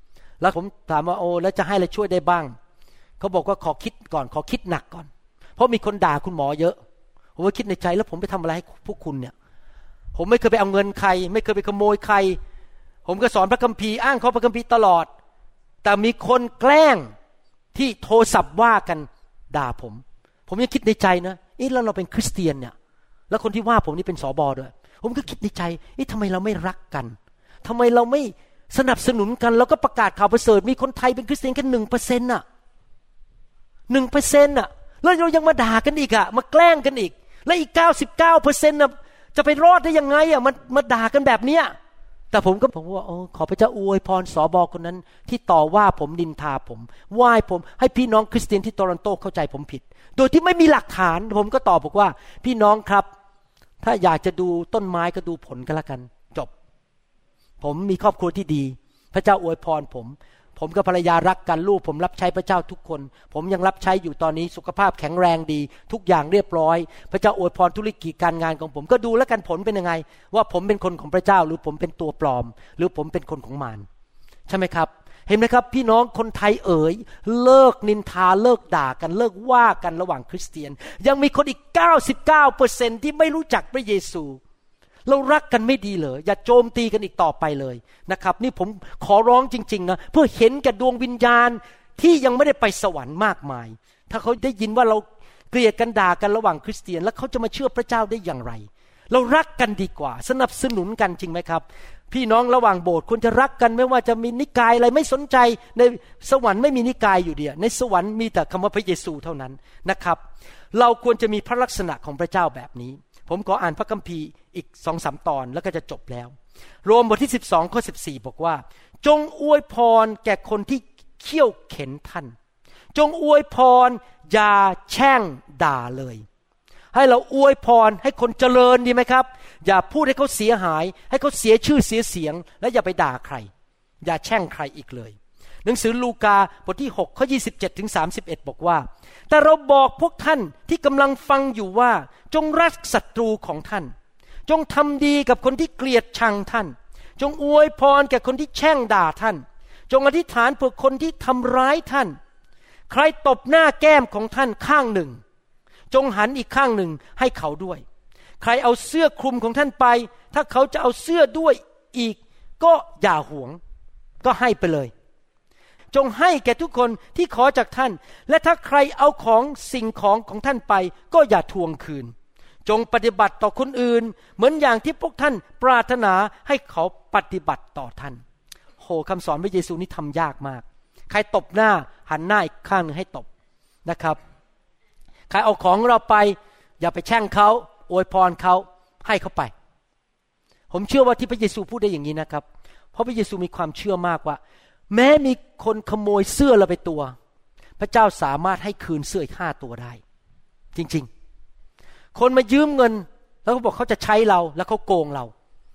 แล้วผมถามว่าโอ้แล้วจะให้อะไรช่วยได้บ้างเขาบอกว่าขอคิดก่อนขอคิดหนักก่อนเพราะมีคนด่าคุณหมอเยอะผมก็คิดในใจแล้วผมไปทำอะไรให้พวกคุณเนี่ยผมไม่เคยไปเอาเงินใครไม่เคยไปขโมยใครผมก็สอนพระคัมภีร์อ้างข้อพระคัมภีร์ตลอดแต่มีคนแกล้งที่โทรศัพท์ว่ากันด่าผมยังคิดในใจนะแล้วเราเป็นคริสเตียนเนี่ยแล้วคนที่ว่าผมนี่เป็นสบด้วยผมก็คิดในใจทำไมเราไม่รักกันทำไมเราไม่สนับสนุนกันแล้วก็ประกาศข่าวประเสริฐมีคนไทยเป็นคริสเตียนแค่ 1% น่ะ 1% น่ะแล้วเรายังมาด่ากันอีกอ่ะมาแกล้งกันอีกและอีก 99% น่ะจะไปรอดได้ยังไงอ่ะมาด่ากันแบบเนี้ยแต่ผมว่าขอพระเจ้าอวยพรสบคนนั้นที่ต่อว่าผมนินทาผมว่าผมให้พี่น้องคริสเตียนที่โตรอนโตเข้าใจผมผิดโดยที่ไม่มีหลักฐานผมก็ตอบบอกว่าพี่น้องครับถ้าอยากจะดูต้นไม้ก็ดูผลกันละกันจบผมมีครอบครัวที่ดีพระเจ้าอวยพรผมกับภรรยารักกันลูกผมรับใช้พระเจ้าทุกคนผมยังรับใช้อยู่ตอนนี้สุขภาพแข็งแรงดีทุกอย่างเรียบร้อยพระเจ้าอวยพรธุรกิจการงานของผมก็ดูแล้วกันผลเป็นยังไงว่าผมเป็นคนของพระเจ้าหรือผมเป็นตัวปลอมหรือผมเป็นคนของมารใช่ไหมครับเห็นไหมครับพี่น้องคนไทยเลิกนินทาเลิกด่ากันเลิกว่ากันระหว่างคริสเตียนยังมีคนอีก 99% ที่ไม่รู้จักพระเยซูเรารักกันไม่ดีเหรออย่าโจมตีกันอีกต่อไปเลยนะครับนี่ผมขอร้องจริงๆนะเพื่อเห็นแก่ดวงวิญญาณที่ยังไม่ได้ไปสวรรค์มากมายถ้าเขาได้ยินว่าเราเกลียดกันด่ากันระหว่างคริสเตียนแล้วเขาจะมาเชื่อพระเจ้าได้อย่างไรเรารักกันดีกว่าสนับสนุนกันจริงไหมครับพี่น้องระหว่างโบสถ์ควรจะรักกันไม่ว่าจะมีนิกายอะไรไม่สนใจในสวรรค์ไม่มีนิกายอยู่ดีในสวรรค์มีแต่คำว่าพระเยซูเท่านั้นนะครับเราควรจะมีพระลักษณะของพระเจ้าแบบนี้ผมขออ่านพระคัมภีร์อีก 2-3 ตอนแล้วก็จะจบแล้วโรมบทที่12ข้อ14บอกว่าจงอวยพรแก่คนที่เคี่ยวเข็นท่านจงอวยพรอย่าแช่งด่าเลยให้เราอวยพรให้คนเจริญดีไหมครับอย่าพูดให้เขาเสียหายให้เขาเสียชื่อเสียเสียงและอย่าไปด่าใครอย่าแช่งใครอีกเลยหนังสือลูกาบทที่6ข้อ27ถึง31บอกว่าแต่เราบอกพวกท่านที่กำลังฟังอยู่ว่าจงรักศัตรูของท่านจงทำดีกับคนที่เกลียดชังท่านจงอวยพรแก่คนที่แช่งด่าท่านจงอธิษฐานเพื่อคนที่ทำร้ายท่านใครตบหน้าแก้มของท่านข้างหนึ่งจงหันอีกข้างหนึ่งให้เขาด้วยใครเอาเสื้อคลุมของท่านไปถ้าเขาจะเอาเสื้อด้วยอีกก็อย่าหวงก็ให้ไปเลยจงให้แก่ทุกคนที่ขอจากท่านและถ้าใครเอาของสิ่งของท่านไปก็อย่าทวงคืนจงปฏิบัติต่อคนอื่นเหมือนอย่างที่พวกท่านปรารถนาให้เขาปฏิบัติต่อท่านโหคำสอนพระเยซูนี่ทำยากมากใครตบหน้าหันหน้าอีกข้างนึงให้ตบนะครับใครเอาของเราไปอย่าไปแช่งเขาอวยพรเขาให้เขาไปผมเชื่อว่าที่พระเยซูพูดได้อย่างนี้นะครับเพราะพระเยซูมีความเชื่อมากว่าแม้มีคนขโมยเสื้อเราไปตัวพระเจ้าสามารถให้คืนเสื้ออีก5 ตัวได้จริงๆคนมายืมเงินแล้วเขาบอกเขาจะใช้เราแล้วเขาโกงเรา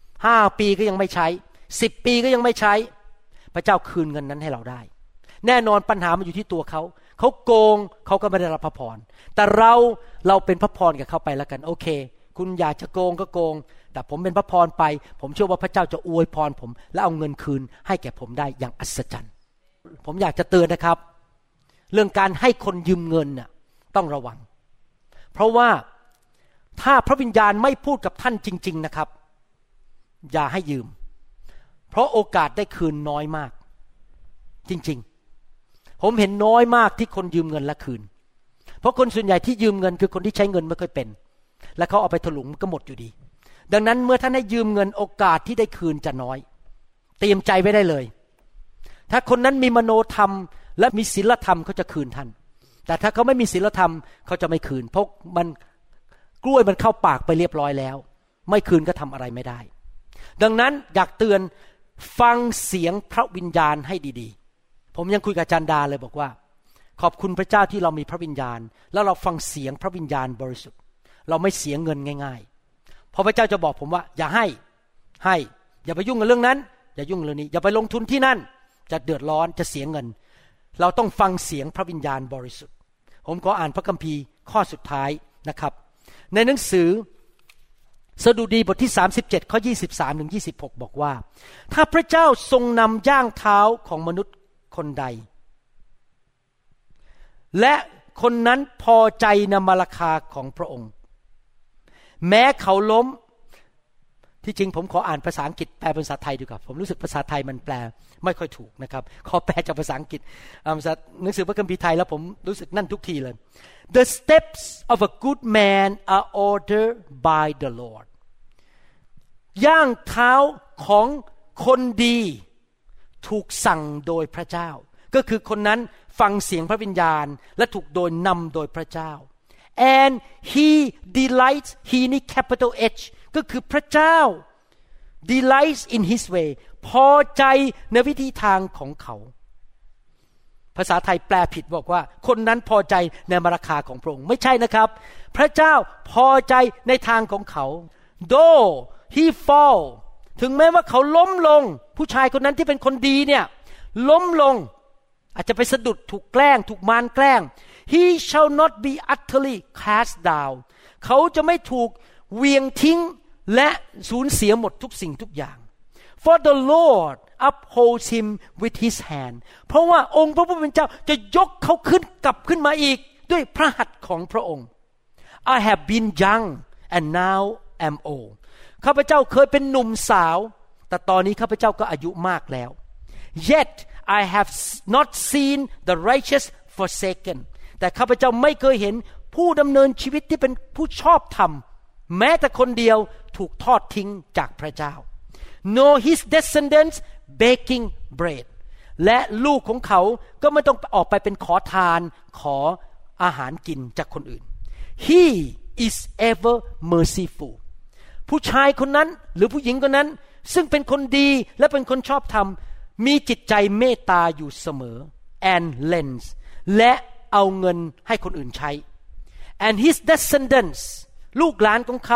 5 ปีก็ยังไม่ใช้10 ปีก็ยังไม่ใช้พระเจ้าคืนเงินนั้นให้เราได้แน่นอนปัญหามันอยู่ที่ตัวเขาโกงเขาก็ไม่ได้รับพระพรแต่เราเป็นพระพรกับเขาไปแล้วกันโอเคคุณอยากจะโกงก็โกงแต่ผมเป็นพระพรไปผมเชื่อว่าพระเจ้าจะอวยพรผมและเอาเงินคืนให้แก่ผมได้อย่างอัศจรรย์ผมอยากจะเตือนนะครับเรื่องการให้คนยืมเงินน่ะต้องระวังเพราะว่าถ้าพระวิญญาณไม่พูดกับท่านจริงๆนะครับอย่าให้ยืมเพราะโอกาสได้คืนน้อยมากจริงๆผมเห็นน้อยมากที่คนยืมเงินและคืนเพราะคนส่วนใหญ่ที่ยืมเงินคือคนที่ใช้เงินไม่ค่อยเป็นและเขาเอาไปถลุงก็หมดอยู่ดีดังนั้นเมื่อท่านให้ยืมเงินโอกาสที่ได้คืนจะน้อยเตรียมใจไว้ได้เลยถ้าคนนั้นมีมโนธรรมและมีศีลธรรมเขาจะคืนท่านแต่ถ้าเขาไม่มีศีลธรรมเขาจะไม่คืนเพราะมันกล้วยมันเข้าปากไปเรียบร้อยแล้วไม่คืนก็ทำอะไรไม่ได้ดังนั้นอยากเตือนฟังเสียงพระวิญญาณให้ดีๆผมยังคุยกับอาจารย์ดาเลยบอกว่าขอบคุณพระเจ้าที่เรามีพระวิญญาณแล้วเราฟังเสียงพระวิญญาณบริสุทธิ์เราไม่เสียเงินง่ายๆเพราะพระเจ้าจะบอกผมว่าอย่าให้อย่าไปยุ่งกับเรื่องนั้นอย่ายุ่งเรื่องนี้อย่าไปลงทุนที่นั่นจะเดือดร้อนจะเสียเงินเราต้องฟังเสียงพระวิญญาณบริสุทธิ์ผมขออ่านพระคัมภีร์ข้อสุดท้ายนะครับในหนังสือสดุดีบทที่37ข้อ23ถึง26บอกว่าถ้าพระเจ้าทรงนำย่างเท้าของมนุษย์คนใดและคนนั้นพอใจในมาราคาของพระองค์แม้เขาล้มที่จริงผมขออ่านภาษาอังกฤษแปลเป็นภาษาไทยดีกว่าผมรู้สึกภาษาไทยมันแปลไม่ค่อยถูกนะครับขอแปลจากภาษาอังกฤษหนังสือพระคัมภีร์ไทยแล้วผมรู้สึกนั่นทุกทีเลย The steps of a good man are ordered by the Lord ย่างเท้าของคนดีถูกสั่งโดยพระเจ้าก็คือคนนั้นฟังเสียงพระวิญญาณและถูกโดยนำโดยพระเจ้า and he delights he นี่ capital H ก็คือพระเจ้า delights in his way พอใจในวิธีทางของเขาภาษาไทยแปลผิดบอกว่าคนนั้นพอใจในมาราคาของพระองค์ไม่ใช่นะครับพระเจ้าพอใจในทางของเขา though he fall ถึงแม้ว่าเขาล้มลงผู้ชายคนนั้นที่เป็นคนดีเนี่ยล้มลงอาจจะไปสะดุดถูกแกล้งถูกมารแกล้ง he shall not be utterly cast down เขาจะไม่ถูกเวียงทิ้งและสูญเสียหมดทุกสิ่งทุกอย่าง for the Lord upholds him with his hand เพราะว่าองค์พระผู้เป็นเจ้าจะยกเขาขึ้นกลับขึ้นมาอีกด้วยพระหัตถ์ของพระองค์ I have been young and now am old ข้าพเจ้าเคยเป็นหนุ่มสาวแต่ตอนนี้ข้าพเจ้าก็อายุมากแล้ว yet I have not seen the righteous forsaken แต่ข้าพเจ้าไม่เคยเห็นผู้ดำเนินชีวิตที่เป็นผู้ชอบธรรมแม้แต่คนเดียวถูกทอดทิ้งจากพระเจ้า nor his descendants baking bread และลูกของเขาก็ไม่ต้องออกไปเป็นขอทานขออาหารกินจากคนอื่น he is ever merciful ผู้ชายคนนั้นหรือผู้หญิงคนนั้นซึ่งเป็นคนดีและเป็นคนชอบธรรมมีจิตใจเมตตาอยู่เสมอ and lends และเอาเงินให้คนอื่นใช้ and his descendants ลูกหลานของเขา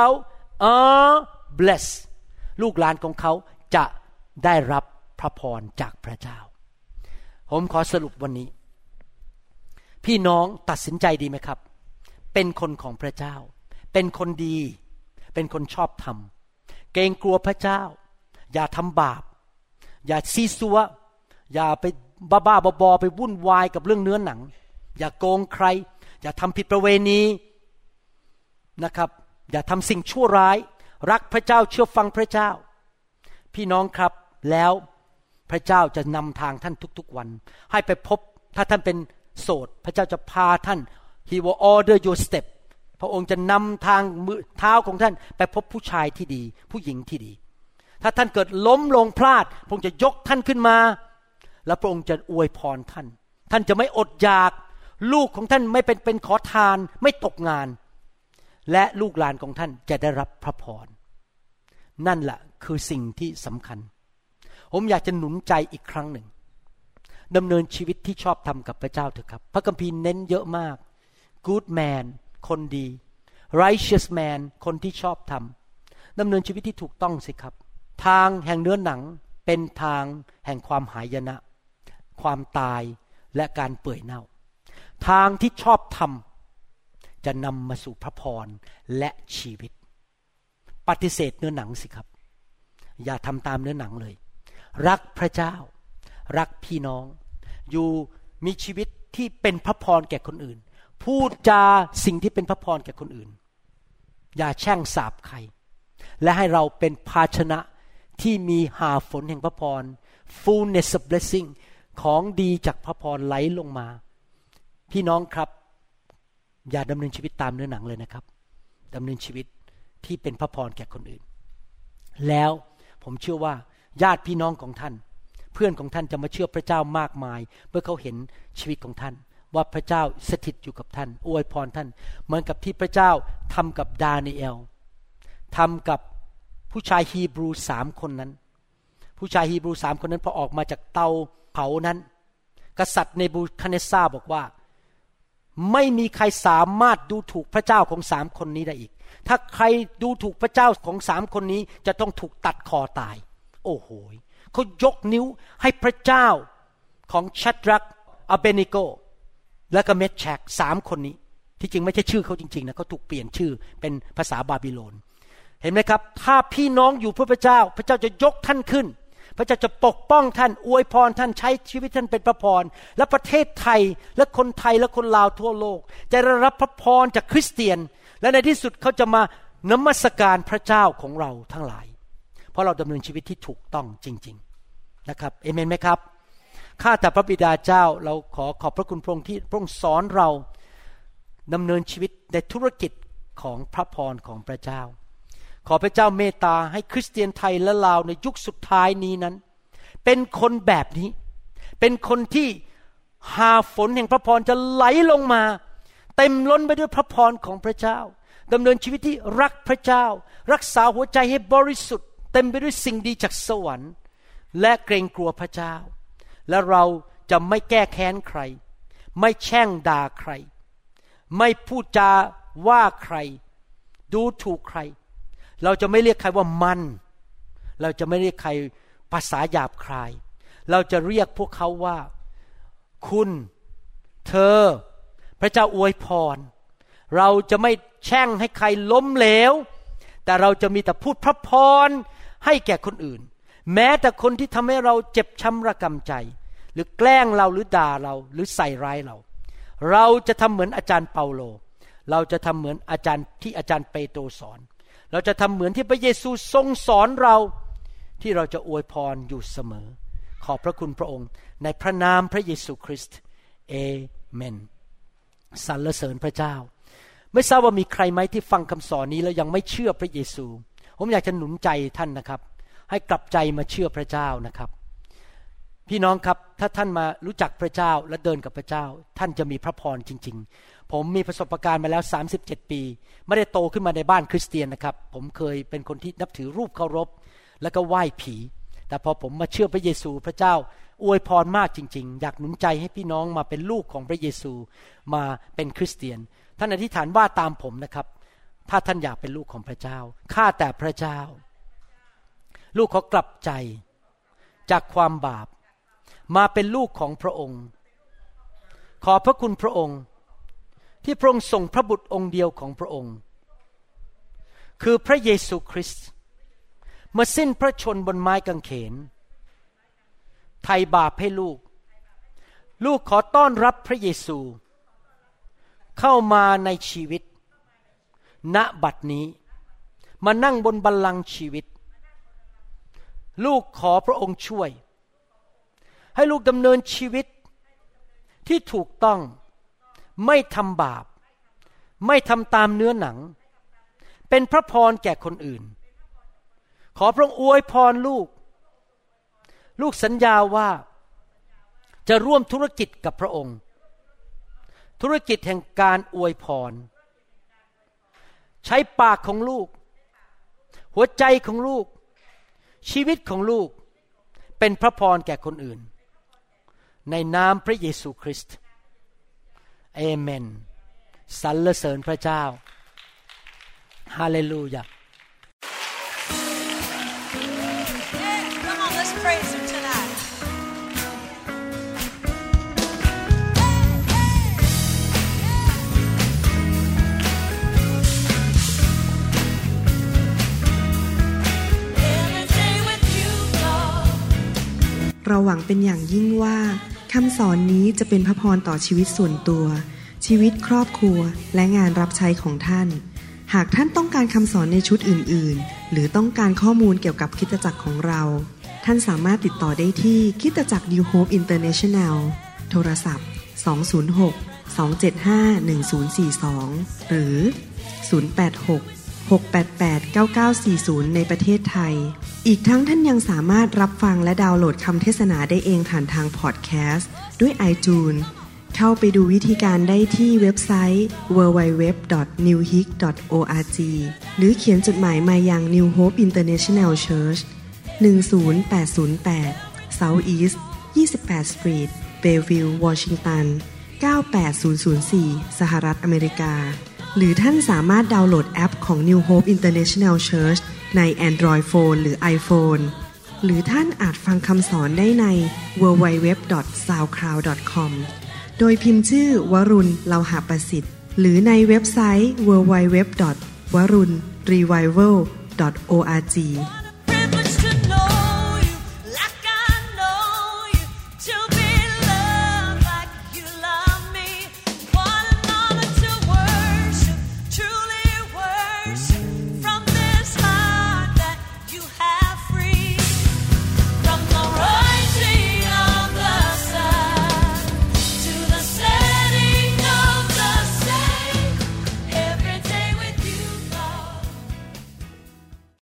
are blessed ลูกหลานของเขาจะได้รับพระพรจากพระเจ้าผมขอสรุปวันนี้พี่น้องตัดสินใจดีไหมครับเป็นคนของพระเจ้าเป็นคนดีเป็นคนชอบธรรมเกรงกลัวพระเจ้าอย่าทำบาปอย่าซีซัวอย่าไปบ้าๆบอๆไปวุ่นวายกับเรื่องเนื้อหนังอย่าโกงใครอย่าทำผิดประเวณีนะครับอย่าทำสิ่งชั่วร้ายรักพระเจ้าเชื่อฟังพระเจ้าพี่น้องครับแล้วพระเจ้าจะนำทางท่านทุกๆวันให้ไปพบถ้าท่านเป็นโสดพระเจ้าจะพาท่าน He will order your step พระองค์จะนำทางมือเท้าของท่านไปพบผู้ชายที่ดีผู้หญิงที่ดีถ้าท่านเกิดล้มลงพลาดพระองค์จะยกท่านขึ้นมาแล้วพระองค์จะอวยพรท่านท่านจะไม่อดอยากลูกของท่านไม่เป็นขอทานไม่ตกงานและลูกหลานของท่านจะได้รับพระพรนั่นแหละคือสิ่งที่สำคัญผมอยากจะหนุนใจอีกครั้งหนึ่งดำเนินชีวิตที่ชอบธรรมกับพระเจ้าเถอะครับพระคัมภีร์เน้นเยอะมาก good man คนดี righteous man คนที่ชอบธรรมดำเนินชีวิตที่ถูกต้องสิครับทางแห่งเนื้อหนังเป็นทางแห่งความหายนะความตายและการเปื่อยเน่าทางที่ชอบธรรมจะนำมาสู่พระพรและชีวิตปฏิเสธเนื้อหนังสิครับอย่าทำตามเนื้อหนังเลยรักพระเจ้ารักพี่น้องอยู่มีชีวิตที่เป็นพระพรแก่คนอื่นพูดจาสิ่งที่เป็นพระพรแก่คนอื่นอย่าแช่งสาปใครและให้เราเป็นภาชนะที่มีหาฝนแห่งพระพร fullness of blessing ของดีจากพระพรไหลลงมาพี่น้องครับอย่าดำเนินชีวิตตามเนื้อหนังเลยนะครับดำเนินชีวิตที่เป็นพระพรแก่คนอื่นแล้วผมเชื่อว่าญาติพี่น้องของท่านเพื่อนของท่านจะมาเชื่อพระเจ้ามากมายเมื่อเขาเห็นชีวิตของท่านว่าพระเจ้าสถิตอยู่กับท่านอวยพรท่านเหมือนกับที่พระเจ้าทำกับดาเนียลทำกับผู้ชายฮีบรู3คนนั้นผู้ชายฮีบรู3คนนั้นพอออกมาจากเตาเผานั้นกษัตริย์เนบูคัดเนสซาร์บอกว่าไม่มีใครสามารถดูถูกพระเจ้าของ3คนนี้ได้อีกถ้าใครดูถูกพระเจ้าของ3คนนี้จะต้องถูกตัดคอตายโอ้โหเขายกนิ้วให้พระเจ้าของชัดรักอเบนิโกและก็เมชแชก3คนนี้ที่จริงไม่ใช่ชื่อเขาจริงๆนะเขาถูกเปลี่ยนชื่อเป็นภาษาบาบิโลนเห็นไหมครับถ้าพี่น้องอยู่เพื่อพระเจ้าพระเจ้าจะยกท่านขึ้นพระเจ้าจะปกป้องท่านอวยพรท่านใช้ชีวิตท่านเป็นพระพรและประเทศไทยและคนไทยและคนลาวทั่วโลกจะได้รับพระพรจากคริสเตียนและในที่สุดเขาจะมานมัสการพระเจ้าของเราทั้งหลายเพราะเราดำเนินชีวิตที่ถูกต้องจริงๆนะครับเอเมนไหมครับข้าแต่พระบิดาเจ้าเราขอบพระคุณพระองค์ที่พระองค์สอนเราดำเนินชีวิตในธุรกิจของพระพรของพระเจ้าขอพระเจ้าเมตตาให้คริสเตียนไทยและลาวในยุคสุดท้ายนี้นั้นเป็นคนแบบนี้เป็นคนที่หาฝนแห่งพระพรจะไหลลงมาเต็มล้นไปด้วยพระพรของพระเจ้าดำเนินชีวิตที่รักพระเจ้ารักษาหัวใจให้บริสุทธิ์เต็มไปด้วยสิ่งดีจากสวรรค์และเกรงกลัวพระเจ้าและเราจะไม่แก้แค้นใครไม่แช่งด่าใครไม่พูดจาว่าใครดูถูกใครเราจะไม่เรียกใครว่ามันเราจะไม่เรียกใครภาษาหยาบคายเราจะเรียกพวกเขาว่าคุณเธอพระเจ้าอวยพรเราจะไม่แช่งให้ใครล้มเหลวแต่เราจะมีแต่พูดพระพรให้แก่คนอื่นแม้แต่คนที่ทำให้เราเจ็บช้ำระกำใจหรือแกล้งเราหรือด่าเราหรือใส่ร้ายเราจะทำเหมือนอาจารย์เปาโลเราจะทำเหมือนอาจารย์ที่อาจารย์เปโตรสอนเราจะทำเหมือนที่พระเยซูทรงสอนเราที่เราจะอวยพรอยู่เสมอขอบพระคุณพระองค์ในพระนามพระเยซูคริสต์เอเมนสรรเสริญพระเจ้าไม่ทราบว่ามีใครไหมที่ฟังคำสอนนี้แล้วยังไม่เชื่อพระเยซูผมอยากจะหนุนใจท่านนะครับให้กลับใจมาเชื่อพระเจ้านะครับพี่น้องครับถ้าท่านมารู้จักพระเจ้าและเดินกับพระเจ้าท่านจะมีพระพรจริงๆผมมีประสบการณ์มาแล้ว37ปีไม่ได้โตขึ้นมาในบ้านคริสเตียนนะครับผมเคยเป็นคนที่นับถือรูปเคารพแล้วก็ไหว้ผีแต่พอผมมาเชื่อพระเยซูพระเจ้าอวยพรมากจริงๆอยากหนุนใจให้พี่น้องมาเป็นลูกของพระเยซูมาเป็นคริสเตียนท่านอธิษฐานว่าตามผมนะครับถ้าท่านอยากเป็นลูกของพระเจ้าข้าแต่พระเจ้าลูกขอกลับใจจากความบาปมาเป็นลูกของพระองค์ขอพระคุณพระองค์ที่พระองค์ส่งพระบุตรองค์เดียวของพระองค์คือพระเยซูคริสต์มาสิ้นพระชนม์บนไม้กางเขนไถ่บาปให้ลูกขอต้อนรับพระเยซูเข้ามาในชีวิตณบัดนี้มานั่งบนบัลลังก์ชีวิตลูกขอพระองค์ช่วยให้ลูกดำเนินชีวิตที่ถูกต้องไม่ทำบาปไม่ทำตามเนื้อหนังเป็นพระพรแก่คนอื่นขอพระองค์อวยพรลูกสัญญาว่าจะร่วมธุรกิจกับพระองค์ธุรกิจแห่งการอวยพรใช้ปากของลูกหัวใจของลูกชีวิตของลูกเป็นพระพรแก่คนอื่นในนามพระเยซูคริสต์เอเมนสรรเสริญพระเจ้าฮาเลลูยาเราหวังเป็นอย่างยิ่งว่าคำสอนนี้จะเป็นพระพรต่อชีวิตส่วนตัวชีวิตครอบครัวและงานรับใช้ของท่านหากท่านต้องการคำสอนในชุดอื่นๆหรือต้องการข้อมูลเกี่ยวกับคริสตจักรของเราท่านสามารถติดต่อได้ที่คริสตจักร New Hope International โทรศัพท์206-275-1042หรือ086-688-9940ในประเทศไทยอีกทั้งท่านยังสามารถรับฟังและดาวน์โหลดคำเทศนาได้เองผ่านทางพอดแคสต์ด้วย iTunes เข้าไปดูวิธีการได้ที่เว็บไซต์ www.newhope.org หรือเขียนจดหมายมายัง New Hope International Church 10808 South East 28 Street Bellevue Washington 98004 สหรัฐอเมริกาหรือท่านสามารถดาวน์โหลดแอปของ New Hope International Church ใน Android Phone หรือ iPhone หรือท่านอาจฟังคำสอนได้ใน www.soundcloud.com โดยพิมพ์ชื่อวรุณ เลาหะประสิทธิ์หรือในเว็บไซต์ www.warunrevival.org